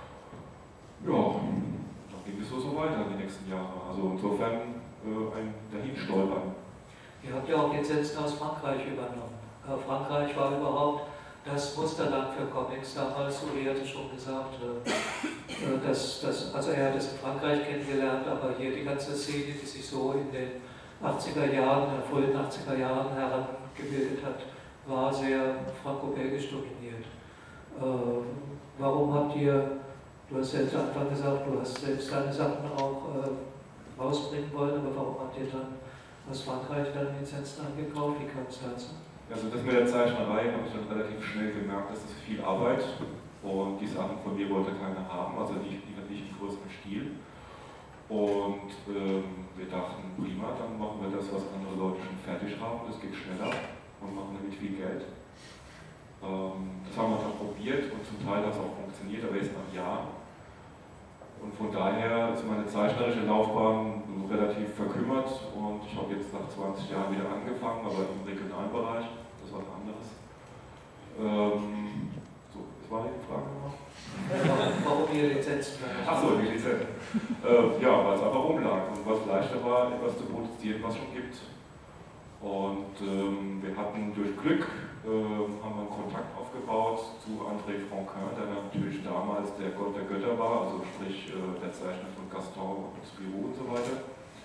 Ja, dann ging es so, so weiter die nächsten Jahre. Also insofern äh, ein Dahinstolpern.
Ihr habt ja auch Lizenzen aus Frankreich übernommen. Äh, Frankreich war überhaupt das Musterland für Comics damals, Uri hatte schon gesagt, äh, dass, dass, also er hat es in Frankreich kennengelernt, aber hier die ganze Szene, die sich so in den achtziger Jahren, in den frühen achtziger Jahren herangebildet hat, war sehr franco-belgisch dominiert. Äh, warum habt ihr, du hast ja zu Anfang gesagt, du hast selbst deine Sachen auch äh, rausbringen wollen, aber warum habt ihr dann aus Frankreich dann Lizenzen angekauft? Wie kam es dazu?
Also das mit der Zeichnerei habe ich dann relativ schnell gemerkt, dass das viel Arbeit und die Sachen von mir wollte keiner haben, also nicht, nicht im größeren Stil. Und ähm, wir dachten, prima, dann machen wir das, was andere Leute schon fertig haben, das geht schneller und machen damit viel Geld. Ähm, das haben wir dann probiert und zum Teil hat es auch funktioniert, aber jetzt nach Jahren. Und von daher ist meine zeichnerische Laufbahn relativ verkümmert und ich habe jetzt nach zwanzig Jahren wieder angefangen, aber im regionalen Bereich, das war was anderes. Ähm, so, das war die Frage noch.
Warum ihr Lizenzen?
Achso, die Lizenzen. Äh, ja, weil es einfach rumlag und was leichter war, etwas zu produzieren, was es schon gibt. Und ähm, wir hatten durch Glück, äh, haben wir einen Kontakt aufgebaut zu André Franquin, der natürlich damals der Gott der Götter war, also sprich äh, der Zeichner von Gaston und Spirou und so weiter.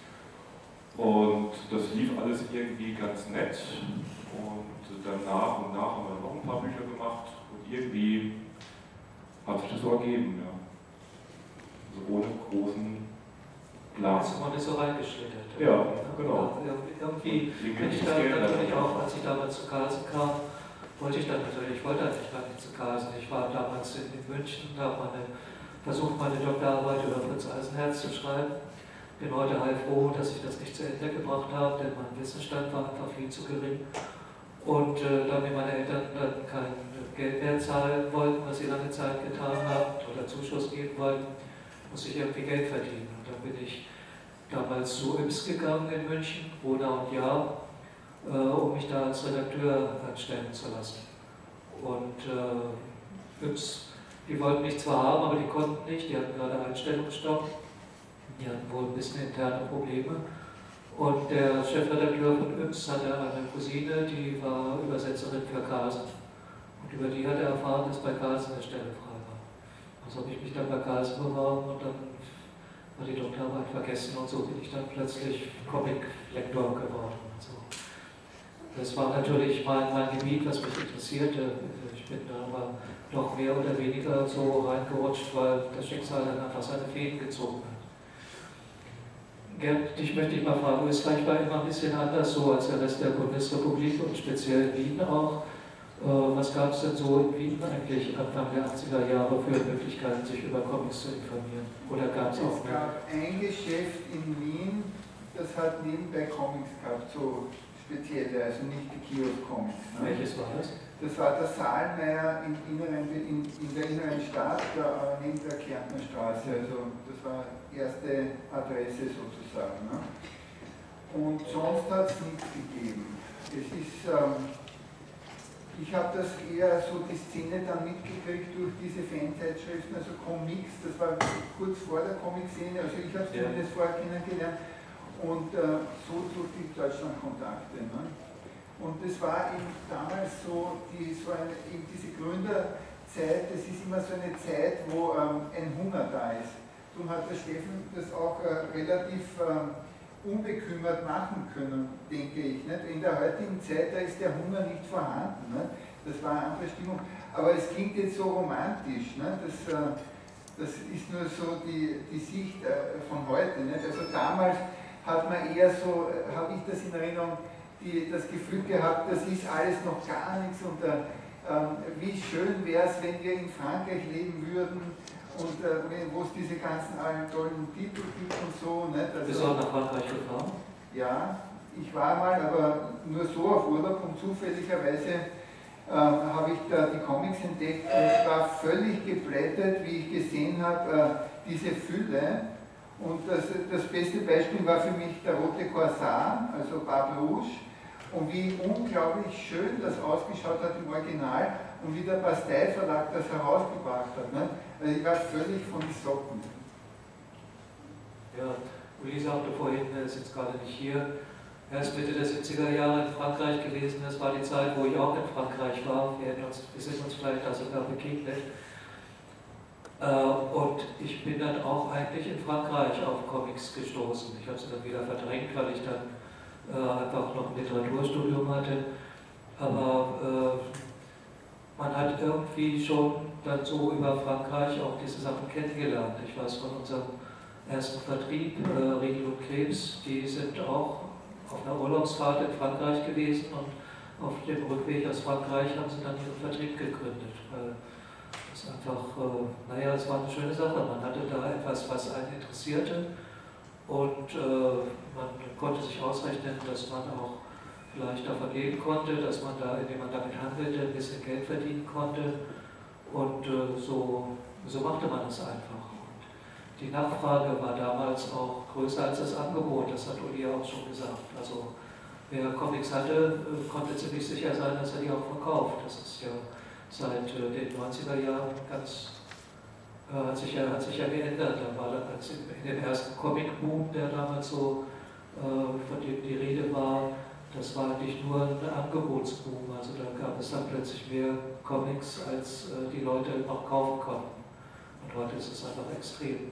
Und das lief alles irgendwie ganz nett und dann nach und nach haben wir noch ein paar Bücher gemacht und irgendwie hat sich das so ergeben, ja. Also ohne großen Plan.
Also man ist so reingeschlittert.
Ja, genau.
Ja, irgendwie bin ich da natürlich auch, als ich damals zu Carlsen kam, wollte ich dann natürlich, ich wollte eigentlich gar nicht zu Carlsen. Ich war damals in, in München, habe meine, versucht meine Doktorarbeit über Fritz Eisenherz zu schreiben. Bin heute heilfroh, dass ich das nicht zu Ende gebracht habe, denn mein Wissensstand war einfach viel zu gering. Und äh, da mir meine Eltern dann kein Geld mehr zahlen wollten, was sie lange Zeit getan haben, oder Zuschuss geben wollten, musste ich irgendwie Geld verdienen. Und dann bin ich damals zu Yps gegangen in München, Brunner und Jahr, äh, um mich da als Redakteur anstellen zu lassen. Und äh, Yps, die wollten mich zwar haben, aber die konnten nicht, die hatten gerade Einstellungsstopp, die hatten wohl ein bisschen interne Probleme. Und der Chefredakteur von Yps hatte eine Cousine, die war Übersetzerin für Carlsen. Und über die hat er erfahren, dass bei Carlsen eine Stelle frei war. Also habe ich mich dann bei Carlsen beworben und dann war die Doktorarbeit vergessen und so bin ich dann plötzlich Comic-Lektor geworden. Und so. Das war natürlich mein, mein Gebiet, was mich interessierte. Ich bin da aber doch mehr oder weniger so reingerutscht, weil das Schicksal dann einfach seine Fäden gezogen hat. Gerd, dich möchte ich mal fragen, Österreich war immer ein bisschen anders so als der Rest der Bundesrepublik und speziell Wien auch. Was gab es denn so in Wien eigentlich Anfang der achtziger Jahre für Möglichkeiten, sich über Comics zu informieren? Oder gab es auch
Es gab ein Geschäft in Wien, das hat nebenbei Comics gehabt, so spezielle, also nicht die Kiosk-Comics. Ne?
Welches war das?
Das war der Saalmeier in, inneren, in, in der inneren Stadt, da, neben der Kärntner Straße. Also das war die erste Adresse sozusagen. Ne? Und sonst hat es nichts gegeben. Es ist, ähm, ich habe das eher so die Szene dann mitgekriegt durch diese Fanzeitschriften, also Comics, das war kurz vor der Comic-Szene, also ich habe es
Ja.
zumindest vorher kennengelernt und äh, so durch die Deutschland-Kontakte. Ne? Und das war eben damals so, die, so eine, eben diese Gründerzeit, das ist immer so eine Zeit, wo ähm, ein Hunger da ist. Darum hat der Steffen das auch äh, relativ ähm, unbekümmert machen können, denke ich. Nicht? In der heutigen Zeit, da ist der Hunger nicht vorhanden. Nicht? Das war eine andere Stimmung. Aber es klingt jetzt so romantisch. Nicht? Das, äh, das ist nur so die, die Sicht äh, von heute. Nicht? Also damals hat man eher so, äh, habe ich das in Erinnerung, die, das Gefühl gehabt, das ist alles noch gar nichts und äh, äh, wie schön wäre es, wenn wir in Frankreich leben würden und äh, wo es diese ganzen allen tollen Titel gibt und so. Nicht? Also,
bist du auch nach Frankreich gefahren?
Ja, ich war mal, aber nur so auf Urlaub und zufälligerweise äh, habe ich da die Comics entdeckt und war völlig geblättert, wie ich gesehen habe, äh, diese Fülle. Und das, das beste Beispiel war für mich der Rote Korsar, also Barbe Rouge. Und wie unglaublich schön das ausgeschaut hat im Original und wie der Bastei Verlag das herausgebracht hat. Ne? Also ich war völlig von den Socken.
Ja, Uli sagte vorhin, er ist jetzt gerade nicht hier, er ist Mitte der siebziger Jahre in Frankreich gewesen. Das war die Zeit, wo ich auch in Frankreich war. Wir, uns, wir sind uns vielleicht da sogar begegnet. Und ich bin dann auch eigentlich in Frankreich auf Comics gestoßen. Ich habe sie dann wieder verdrängt, weil ich dann äh, einfach noch ein Literaturstudium hatte. Aber äh, man hat irgendwie schon dann so über Frankreich auch diese Sachen kennengelernt. Ich weiß von unserem ersten Vertrieb, äh, Riegel und Krebs, die sind auch auf einer Urlaubsfahrt in Frankreich gewesen und auf dem Rückweg aus Frankreich haben sie dann ihren Vertrieb gegründet. Weil das einfach, äh, naja, es war eine schöne Sache. Man hatte da etwas, was einen interessierte und äh, man konnte sich ausrechnen, dass man auch vielleicht davon leben konnte, dass man da, indem man damit handelte, ein bisschen Geld verdienen konnte und äh, so, so machte man es einfach. Und die Nachfrage war damals auch größer als das Angebot, das hat Uli auch schon gesagt. Also wer Comics hatte, äh, konnte ziemlich sicher sein, dass er die auch verkauft. Das ist ja seit äh, den neunziger Jahren ganz, äh, hat, sich ja, hat sich ja geändert. Da war dann als in, in dem ersten Comic-Boom, der damals so, äh, von dem die Rede war, das war nicht nur ein Angebotsboom, also da gab es dann plötzlich mehr Comics, als äh, die Leute noch kaufen konnten. Und heute ist es einfach extrem.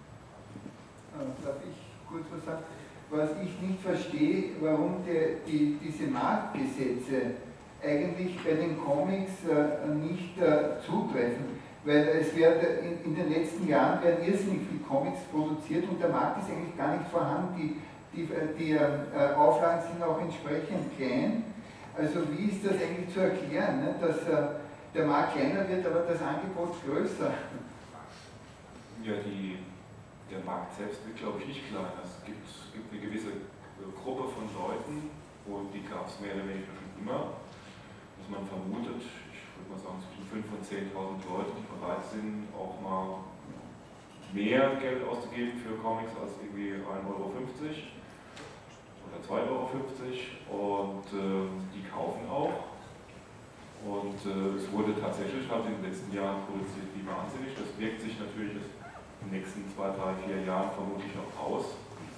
Darf ich kurz was sagen? Was ich nicht verstehe, warum die, die, diese Marktgesetze eigentlich bei den Comics äh, nicht äh, zutreffen. Weil es wird in, in den letzten Jahren werden irrsinnig viele Comics produziert und der Markt ist eigentlich gar nicht vorhanden. Die, die, die äh, Auflagen sind auch entsprechend klein. Also wie ist das eigentlich zu erklären, ne? Dass äh, der Markt kleiner wird, aber das Angebot größer?
Ja, die, der Markt selbst wird, glaube ich, nicht kleiner. Es gibt, es gibt eine gewisse Gruppe von Leuten, und die gab es mehr oder weniger schon immer, dass man vermutet, ich würde mal sagen zwischen fünftausend und zehntausend Leute, die bereit sind, auch mal mehr Geld auszugeben für Comics als irgendwie ein Euro fünfzig oder zwei Euro fünfzig, und äh, die kaufen auch. Und äh, es wurde tatsächlich halt in den letzten Jahren produziert wie wahnsinnig. Das wirkt sich natürlich in den nächsten zwei, drei, vier Jahren vermutlich noch aus.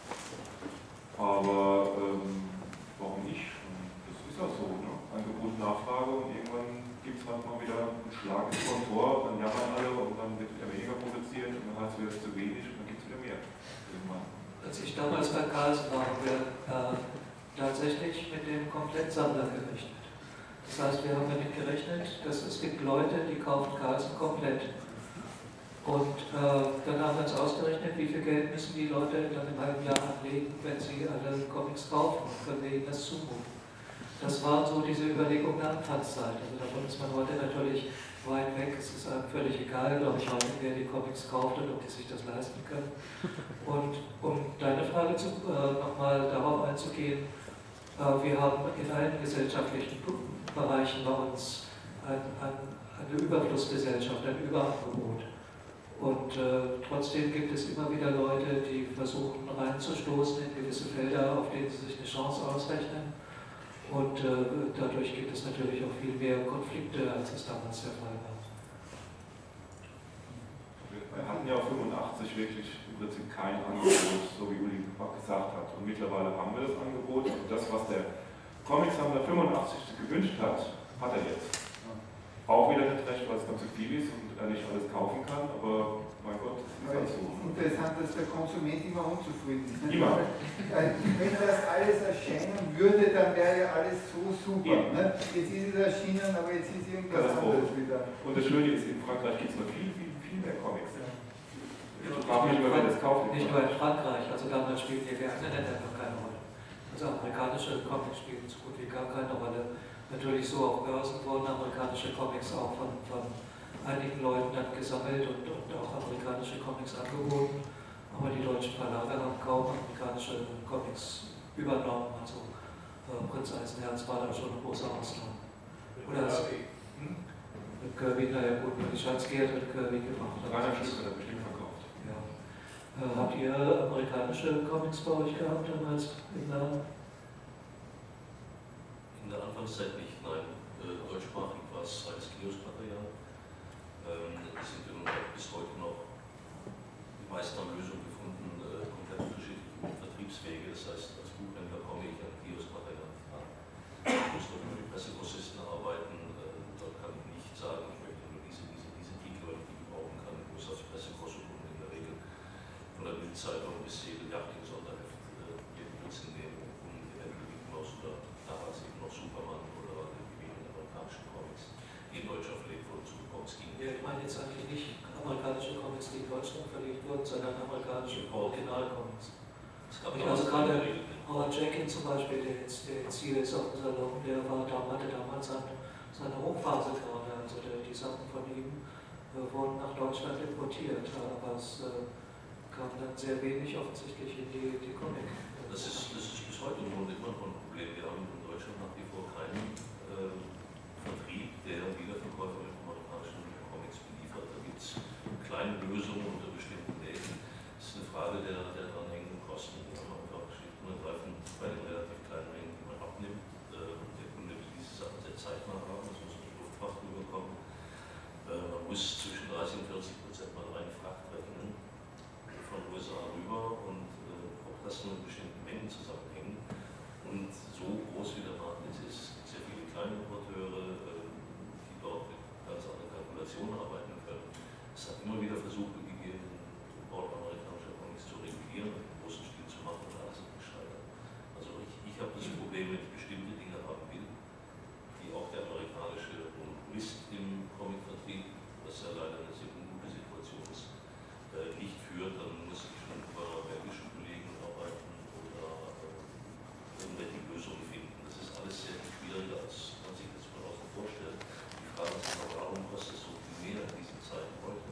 Aber ähm, warum nicht? Das ist ja so, ne? Angebot, Nachfrage, und irgendwann gibt es halt mal wieder einen Schlag ins Kontor, dann jammern alle und dann wird wieder weniger produziert und dann hat es wieder zu wenig und dann gibt es wieder mehr. Irgendwann.
Als ich damals bei Carlsen war, haben wir äh, tatsächlich mit dem Komplettsammler gerechnet. Das heißt, wir haben damit gerechnet, dass es gibt Leute, die kaufen Carlsen komplett. Und äh, dann haben wir uns ausgerechnet, wie viel Geld müssen die Leute dann im halben Jahr anlegen, wenn sie alle Comics kaufen, und können wir ihnen das zumuten. das waren so diese Überlegungen der Anfangszeit. Also davon ist man heute natürlich weit weg. Es ist einem völlig egal, glaube ich, heute, wer die Comics kauft und ob die sich das leisten können. Und um deine Frage zu, äh, nochmal darauf einzugehen, äh, wir haben in allen gesellschaftlichen Bereichen bei uns ein, ein, eine Überflussgesellschaft, ein Überangebot. Und äh, trotzdem gibt es immer wieder Leute, die versuchen reinzustoßen in gewisse Felder, auf denen sie sich eine Chance ausrechnen. Und äh, dadurch gibt es natürlich auch viel mehr Konflikte, als es damals der Fall war.
Wir hatten ja fünfundachtzig wirklich im Prinzip kein Angebot, so wie Uli gesagt hat. Und mittlerweile haben wir das Angebot. Und das, was der Comicsammler fünfundachtzig gewünscht hat, hat er jetzt. Auch wieder nicht recht, weil es ganz so viel ist und er nicht alles kaufen kann, aber mein Gott, das ist halt so.
Interessant, dass der Konsument immer unzufrieden ist.
Immer.
Wenn das alles erscheinen würde, dann wäre ja alles so super. Ne? Jetzt ist es erschienen, aber jetzt ist irgendwas anderes wieder.
Und das Schöne ist, in Frankreich gibt es noch viel, viel, viel mehr Comics. Ich frage mich immer, wer das kauft.
Nicht nur in Frankreich, also damals spielen die anderen Länder noch keine Rolle. Also amerikanische Comics spielen so gut wie gar keine Rolle. Natürlich so auf Börsen wurden amerikanische Comics auch von, von einigen Leuten dann gesammelt und, und auch amerikanische Comics angeboten. Aber die deutschen Verlage haben kaum amerikanische Comics übernommen. Also äh, Prinz Eisenherz war da schon eine große Ausnahme. Oder Kirby. Hm? Mit Kirby, naja gut, die Schatzgeld hat Kirby gemacht.
dreihundert Stück hat er bestimmt verkauft.
Ja. Äh, habt ihr amerikanische Comics bei euch gehabt damals im Laden?
In der Anfangszeit nicht, nein. Äh, deutschsprachig war es reines Kioskmaterial. Ähm, es sind ja bis heute noch, die meisten haben Lösungen gefunden, äh, komplett unterschiedliche Vertriebswege. Das heißt, als Buchhändler komme ich an Kioskmaterial nicht ran. Ich muss doch über die Pressegrossisten arbeiten. Äh, dort kann ich nicht sagen, ich möchte nur diese, diese, diese Titel, weil ich die gebrauchen kann. Ich muss als Pressegrosse in der Regel von der Bildzeitung bis jedem jachtigen Sonderheft äh, jeden Blödsinn nehmen, um eventuell Mickey oder damals eben noch Superman oder die amerikanischen Comics, die in Deutschland verlegt wurden, zu Comics gingen.
Ja, ich meine jetzt eigentlich nicht amerikanische Comics, die in Deutschland verlegt wurden, sondern amerikanische Originalcomics.
Es gab
also gerade Howard Jenkins zum Beispiel, der jetzt, der jetzt hier ist auf dem Salon, der war, der hatte damals seine, seine Hochphase gerade. Also der, die Sachen von ihm äh, wurden nach Deutschland importiert, aber es äh, kam dann sehr wenig offensichtlich in die, die Comic.
Das ist, das ist bis heute immer noch ein Problem. Wir haben in Deutschland nach wie vor keinen äh, Vertrieb, der Wiederverkäufer mit amerikanischen Comics beliefert. Da gibt es kleine Lösungen unter bestimmten Läden. Das ist eine Frage der, der dranhängenden Kosten. Die haben einfach schlicht und ergreifend bei den relativ kleinen Mengen, die man abnimmt. Äh, der Kunde will diese Sachen sehr zeitnah haben, das muss mit Luftfracht rüberkommen. Äh, man muss zwischen dreißig und vierzig Prozent mal rein Fracht rechnen von U S A rüber und äh, auch das nur in bestimmten Mengen zusammenhängen. Und so groß wie der Markt jetzt ist, gibt es sehr viele kleine Importeure, äh, die dort mit ganz anderen Kalkulationen arbeiten können. Es hat immer wieder Versuche gegeben, den Import amerikanischer Comics zu regulieren und im großen Stil zu machen, und alles ist gescheitert. Also ich, ich habe das Problem, wenn ich bestimmte Dinge haben will, die auch der amerikanische Monopolist im Comicvertrieb, was ja leider eine sehr ungute Situation ist, äh, nicht führt, dann muss ich schon über belgische Kollegen arbeiten oder äh, irgendwelche Lösungen finden. Das ist alles sehr viel schwieriger, als man sich das von außen vorstellt. Die Frage ist immer, warum kostet es so viel mehr in diesen Zeiten heute?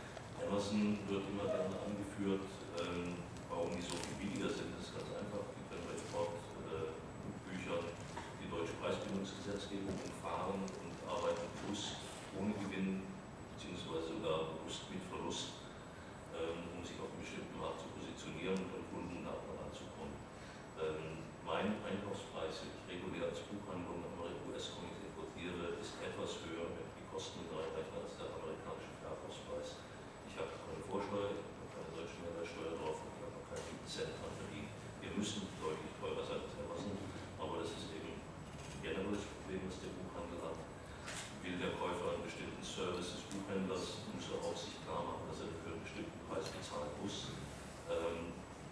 Amazon wird immer gerne angeführt, ähm, warum die so viel billiger sind. Das ist ganz einfach. Die können bei Exportbüchern äh, die deutsche Preisbindungsgesetzgebung umfahren und arbeiten bewusst ohne Gewinn, beziehungsweise sogar bewusst mit Verlust, ähm, um sich auf einen bestimmten Markt zu positionieren und an Kunden nah ranzukommen. Ähm, mein Einkaufspreis, wenn ich regulär als Buchhandlung U S-Comics importiere, ist etwas höher, wenn ich die Kosten mit reinrechne, als der amerikanische Verkaufspreis. Ich habe keine Vorsteuer, ich habe keine deutsche Mehrwertsteuer drauf und ich habe noch keinen Cent dran verdient. Wir müssen deutlich teurer sein als Amazon, aber das ist eben ein generelles Problem, das der Buchhandel hat. Will der Käufer einen bestimmten Service des Buchhändlers, muss er auch sich klar machen, dass er dafür einen bestimmten Preis bezahlen muss. Ähm,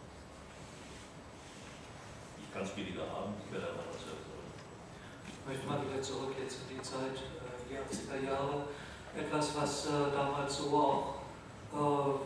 ich kann es billiger haben, ich werde ein anderer Service haben.
Ich möchte mal wieder zurück jetzt in die Zeit, äh, die achtziger Jahre. Etwas, was äh, damals so auch äh,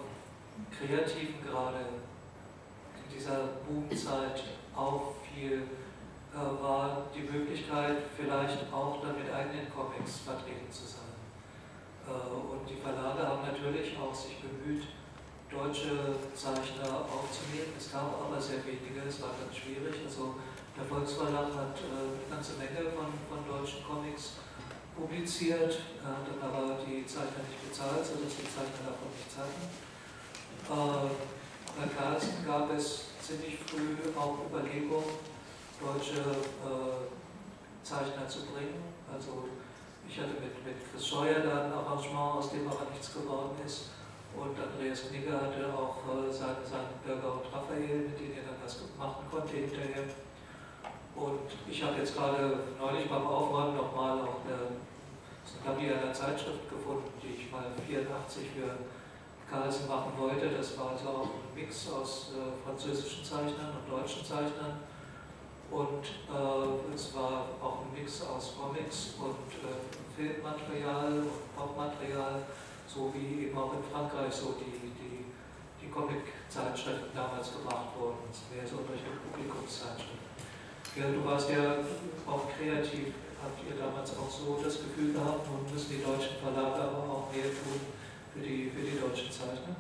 Kreativen gerade in dieser Boomzeit auffiel, äh, war die Möglichkeit, vielleicht auch dann mit eigenen Comics vertreten zu sein. Äh, und die Verlage haben natürlich auch sich bemüht, deutsche Zeichner aufzunehmen. Es gab aber sehr wenige, es war ganz schwierig. Also der Volksverlag hat äh, eine ganze Menge von, von deutschen Comics publiziert, äh, dann aber die Zeichner nicht bezahlt, sodass die Zeichner davon nichts hatten. Äh, bei Carlsen gab es ziemlich früh auch Überlegungen, deutsche äh, Zeichner zu bringen. Also ich hatte mit, mit Chris Scheuer da ein Arrangement, aus dem aber nichts geworden ist. Und Andreas Knigge hatte auch äh, seinen, seinen Bürger und Raphael, mit denen er dann das machen konnte hinterher. Und ich habe jetzt gerade neulich beim Aufräumen nochmal auch eine, so eine einer Zeitschrift gefunden, die ich mal vierundachtzig für Carlsen machen wollte. Das war also auch ein Mix aus äh, französischen Zeichnern und deutschen Zeichnern. Und äh, es war auch ein Mix aus Comics und äh, Filmmaterial und Popmaterial, so wie eben auch in Frankreich so die, die, die Comic-Zeitschriften damals gemacht wurden. Das wäre so solche Publikumszeitschriften. Ja, du warst ja auch kreativ. Habt ihr damals auch so das Gefühl gehabt, nun müssen die deutschen Verlage aber auch mehr tun für die, für die deutschen Zeichner?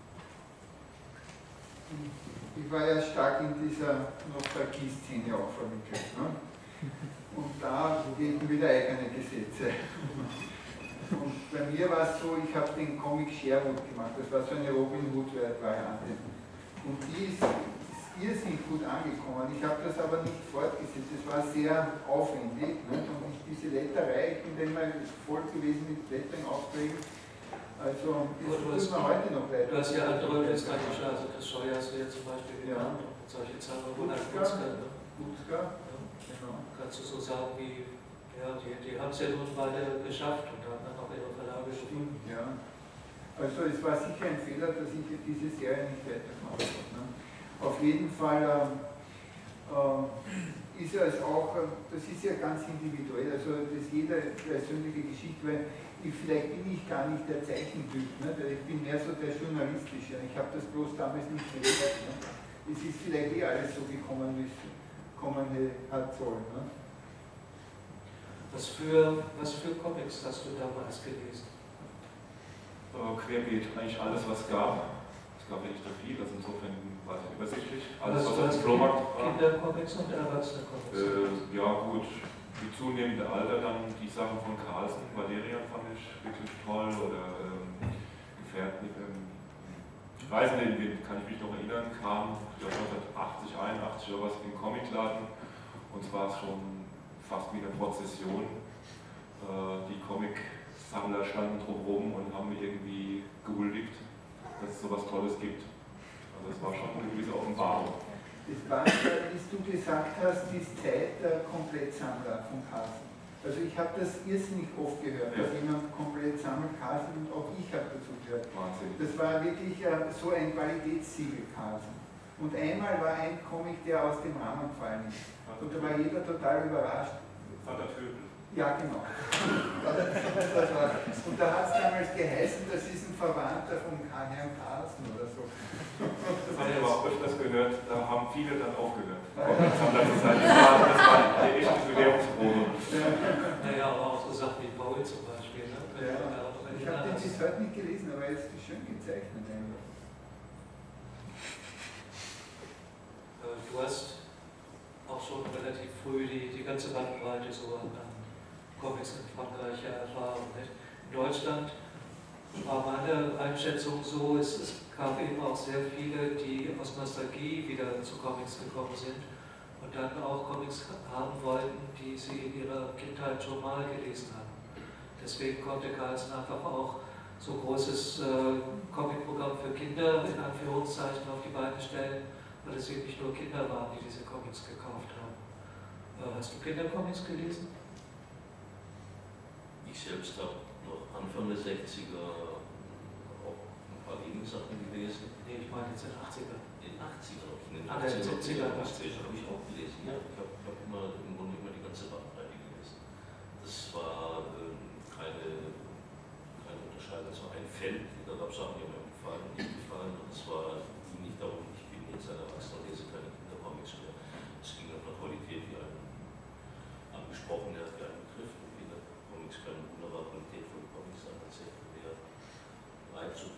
Ich war ja stark in dieser Nostalgie-Szene auch verwickelt. Ne? Und da gelten wieder eigene Gesetze. Und bei mir war es so, ich habe den Comic Sherwood gemacht. Das war so eine Robin Hood-Variante. Und die ist irrsinnig gut angekommen. Ich habe das aber nicht fortgesetzt. Es war sehr aufwendig. Ne? Und diese Letterei, ich bin da immer voll gewesen mit Lettering-Aufträgen. Also, das tut man heute noch weiter.
Du hast ja andere österreichische, also Chris Scheuer hast du ja zum Beispiel genannt.
Ja.
Und solche Zahlen,
Gutzka.
ne?
Gutzka.
Ja.
Genau.
Kannst du so sagen, wie, ja, die, die haben es ja nun beide geschafft und haben dann auch ihre Verlage gefunden.
Ja. Also, es war sicher ein Fehler, dass ich diese Serie nicht weitergemacht habe. Ne? Auf jeden Fall ähm, äh, ist es auch, das ist ja ganz individuell, also das ist jede persönliche Geschichte, weil ich, vielleicht bin ich gar nicht der Zeichentyp, ne? Ich bin mehr so der Journalistische, ich habe das bloß damals nicht gewusst. Ne? Es ist vielleicht eh alles so gekommen, wie es kommen hat sollen. Ne?
Was, für, was für Comics hast du damals gelesen?
Äh, querbeet, eigentlich alles, was es gab. Es gab ja nicht so viel, das insofern war es übersichtlich. Alles, was auf dem Flohmarkt war.
Kindercomics und Erwachsene-Comics?
Äh, ja, gut. Die zunehmende Alter dann, die Sachen von Carlsen, Valerian fand ich wirklich toll oder ähm, Gefährten. Ähm, ich weiß nicht, den kann ich mich noch erinnern, kam ich glaube neunzehnhundertachtzig, einundachtzig oder was in den Comicladen und es war schon fast wie eine Prozession. Äh, die Comic-Sammler standen drumherum und haben mir irgendwie gehuldigt, dass es sowas Tolles gibt. Also es war schon eine gewisse Offenbarung.
Das war, wie du gesagt hast, die Zeit der Komplettsammler von Carlsen. Also ich habe das irrsinnig oft gehört, ja. Dass jemand komplett sammelt Carlsen und auch ich habe dazu gehört.
Wahnsinn.
Das war wirklich uh, so ein Qualitätssiegel Carlsen. Und einmal war ein Comic, der aus dem Rahmen gefallen ist. Und da war jeder total überrascht.
Vater Vögel.
Ja, genau. Und da hat es damals geheißen, das ist ein Verwandter von Herrn Carlsen oder so.
Das habe ich aber auch öfters gehört, da haben viele dann aufgehört. Das haben dann gesagt, das war, das war eine echte Bewährungsprobe.
Naja, aber auch so Sachen wie Paul zum Beispiel. Ne?
Ja, ich habe den bis heute nicht gelesen, aber jetzt ist schön gezeichnet.
Du hast auch schon relativ früh die, die ganze Bandbreite so an Comics in Frankreich erfahren. Nicht? In Deutschland war meine Einschätzung so, es, es gab eben auch sehr viele, die aus Nostalgie wieder zu Comics gekommen sind und dann auch Comics haben wollten, die sie in ihrer Kindheit schon mal gelesen haben. Deswegen konnte Carlsen einfach auch so großes äh, Comicprogramm für Kinder in Anführungszeichen auf die Beine stellen, weil es eben nicht nur Kinder waren, die diese Comics gekauft haben. Äh, hast du Kindercomics gelesen?
Ich selbst habe noch Anfang der sechziger auch ein paar Gegensachen gelesen.
Nee, ich meine jetzt in den achtzigern.
In den achtzigern, auch in den
Ah, in den siebzigern.
achtzigern habe ich auch gelesen. Ja, ich habe hab immer im Grunde immer die ganze Bandbreite gelesen. Das war ähm, keine, keine Unterscheidung, es war ein Feld. Da gab es Sachen, die mir gefallen und nicht gefallen. Und es war nicht darum, ich bin jetzt ein Erwachsener und lese keine Kindercomics mehr. Es ging um eine Qualität wie ein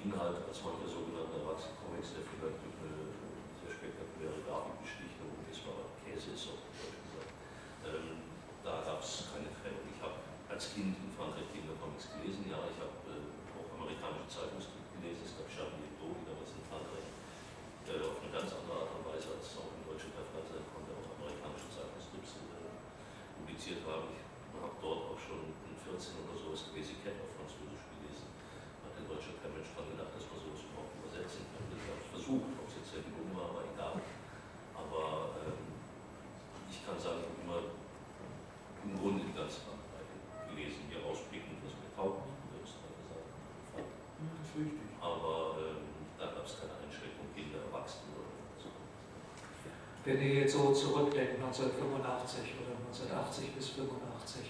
Inhalt als mancher sogenannte Erwachsene-Comics, der vielleicht durch eine sehr spektakuläre Grafik besticht und das war Käse ist auf Deutsch gesagt. Ähm, da gab es keine Trennung. Ich habe als Kind in Frankreich Kindercomics gelesen, ja, ich habe äh, auch amerikanische Zeitungsstrip gelesen, es gab Charlie Hebdo, die damals in Frankreich äh, auf eine ganz andere Art und Weise als es auch in Deutschland der Fall sein konnte, auch amerikanische Zeitungsstrips äh, publiziert haben. Ich habe dort auch schon in vierzehn oder so das Basic Cat auf Französisch gelesen. Hat in Deutschland kein Mensch dran gedacht, dass man sowas überhaupt übersetzen könnte. Ich habe es versucht, ob es jetzt sehr gelungen war, aber egal. Aber ähm, ich kann sagen, ich habe immer im Grunde die ganze Bandbreite gelesen, hier rausblickend, was mir taugt, wie du es gerade gesagt hast.
Das ist richtig.
Aber ähm, da gab es keine Einschränkung, Kinder, Erwachsene oder so.
Wenn ihr jetzt so zurückdenkt, neunzehnhundertfünfundachtzig oder neunzehnhundertachtzig bis fünfundachtzig,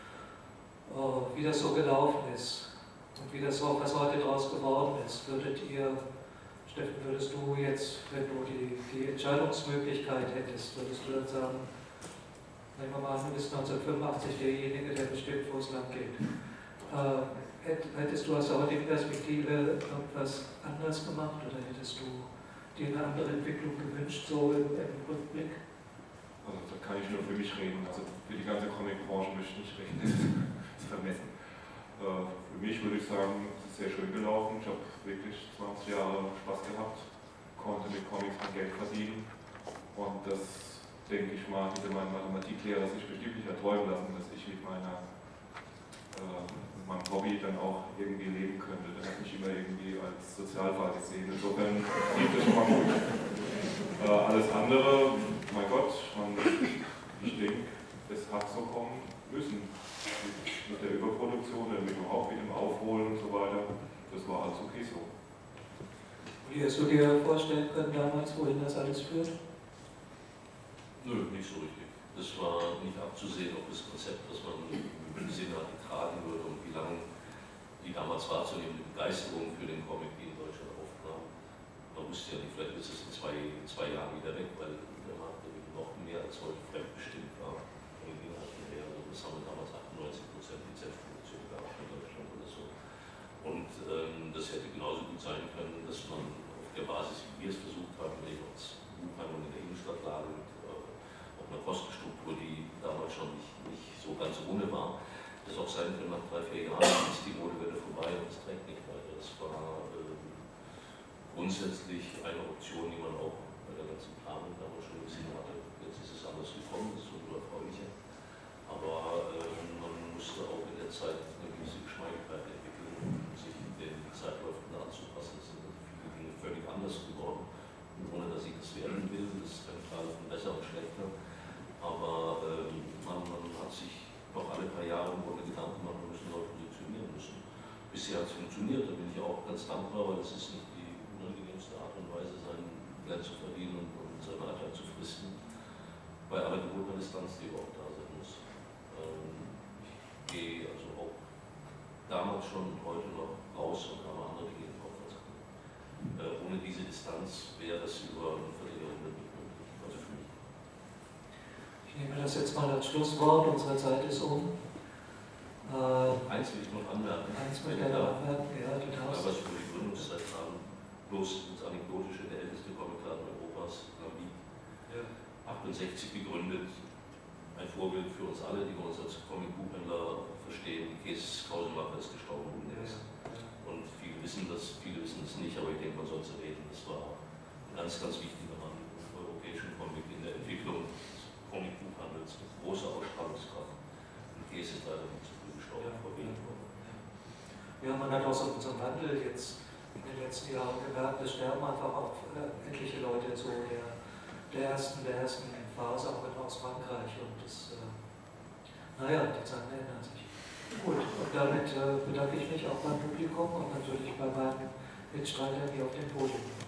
oh, wie das so gelaufen ist und wie das so, was heute daraus geworden ist, würdet ihr, Steffen, würdest du jetzt, wenn du die, die Entscheidungsmöglichkeit hättest, würdest du dann sagen, nehmen wir mal an, du bist neunzehnhundertfünfundachtzig derjenige, der bestimmt, wo es lang geht. Äh, hättest du aus der heutigen Perspektive irgendwas anders gemacht oder hättest du dir eine andere Entwicklung gewünscht, so im, im Rückblick?
Also da kann ich nur für mich reden. Also für die ganze Comic-Branche möchte ich nicht reden, das ist vermessen. Äh, für mich würde ich sagen, es ist sehr schön gelaufen. Ich habe wirklich zwanzig Jahre Spaß gehabt, konnte mit Comics mein Geld verdienen und das, denke ich mal, hätte mein Mathematiklehrer sich bestimmt nicht erträumen lassen, dass ich mit meiner äh, mit meinem Hobby dann auch irgendwie leben könnte. Der hat mich immer irgendwie als Sozialfall gesehen. Insofern lief das schon mal gut. Äh, alles andere, mein Gott, man, ich denke, es hat so kommen müssen. Mit, mit der Überproduktion, mit überhaupt mit dem Aufholen und so weiter. Das war alles okay so.
Wie hast du dir vorstellen können damals, wohin das alles führt?
Nö, nicht so richtig. Es war nicht abzusehen, ob das Konzept, das man im Sinne hatte, tragen würde und wie lange die damals wahrzunehmende Begeisterung für den Comic, die in Deutschland aufkam. Man wusste ja nicht, vielleicht ist es in zwei, zwei Jahren wieder weg, weil der Markt noch mehr als heute fremdbestimmt war. Und ging halt mehr, also das haben wir damals achtundneunzig Prozent Lizenzproduktion gehabt in Deutschland oder so. Und ähm, das hätte genauso gut sein können, dass man auf der Basis, wie wir es versucht haben, wenn ich als Buchhandlung in der Innenstadt lagen, eine Kostenstruktur, die damals schon nicht, nicht so ganz ohne war, das auch sein können, nach drei, vier Jahren ist die Modewelle vorbei und es trägt nicht weiter. Das war äh, grundsätzlich eine Option, die man auch bei der ganzen Planung damals schon gesehen hatte. Jetzt ist es anders gekommen, das ist so erfreulicher. Aber äh, man musste auch in der Zeit eine gewisse Geschmeidigkeit entwickeln, um sich den Zeitläufen anzupassen. Es sind also viele Dinge völlig anders geworden, ohne dass ich das werden will. Das ist ganz klar von besser und schlechter. Aber ähm, man, man hat sich noch alle paar Jahre im Grunde Gedanken machen müssen, neu positionieren müssen. Bisher hat es funktioniert, da bin ich auch ganz dankbar, weil das ist nicht die unangenehmste Art und Weise, sein Geld zu verdienen und, und seine Alltag zu fristen. Bei aller gebotener Distanz, die überhaupt da sein muss. Ähm, ich gehe also auch damals schon und heute noch raus und habe andere Dinge im Kopf. Äh, ohne diese Distanz wäre es über eine Vierteljahrhundert nicht möglich. Also für mich.
Ich nehme das jetzt mal als Schlusswort, unsere Zeit ist um. Äh,
eins will ich noch anmerken.
Eins möchte ich noch anmerken, ja, du darfst.
Was wir über die Gründungszeit haben, bloß das Anekdotische, der älteste Comicladen Europas, Lambi, ja. achtundsechzig gegründet, ein Vorbild für uns alle, die wir uns als Comic-Buchhändler verstehen. Käse Kauselmacher ist gestorben demnächst. Ja. Und viele wissen das, viele wissen es nicht, aber ich denke, man soll es erwähnen. Das war ein ganz, ganz wichtiger Mann im europäischen Comic in der Entwicklung des Comic-Buchhandels mit großer Ausstrahlungskraft. Und Käse ist leider nicht so früh gestorben, vor wenigen Wochen.
Ja, man hat auch so unseren Wandel jetzt in den letzten Jahren gemerkt, es sterben einfach auch äh, etliche Leute so der, der, ersten, der ersten Phase, auch aus Frankreich. Und das, äh, naja, die Zeiten ändern sich. Gut, und damit äh, bedanke ich mich auch beim Publikum und natürlich bei meinen Mitstreitern hier auf dem Podium.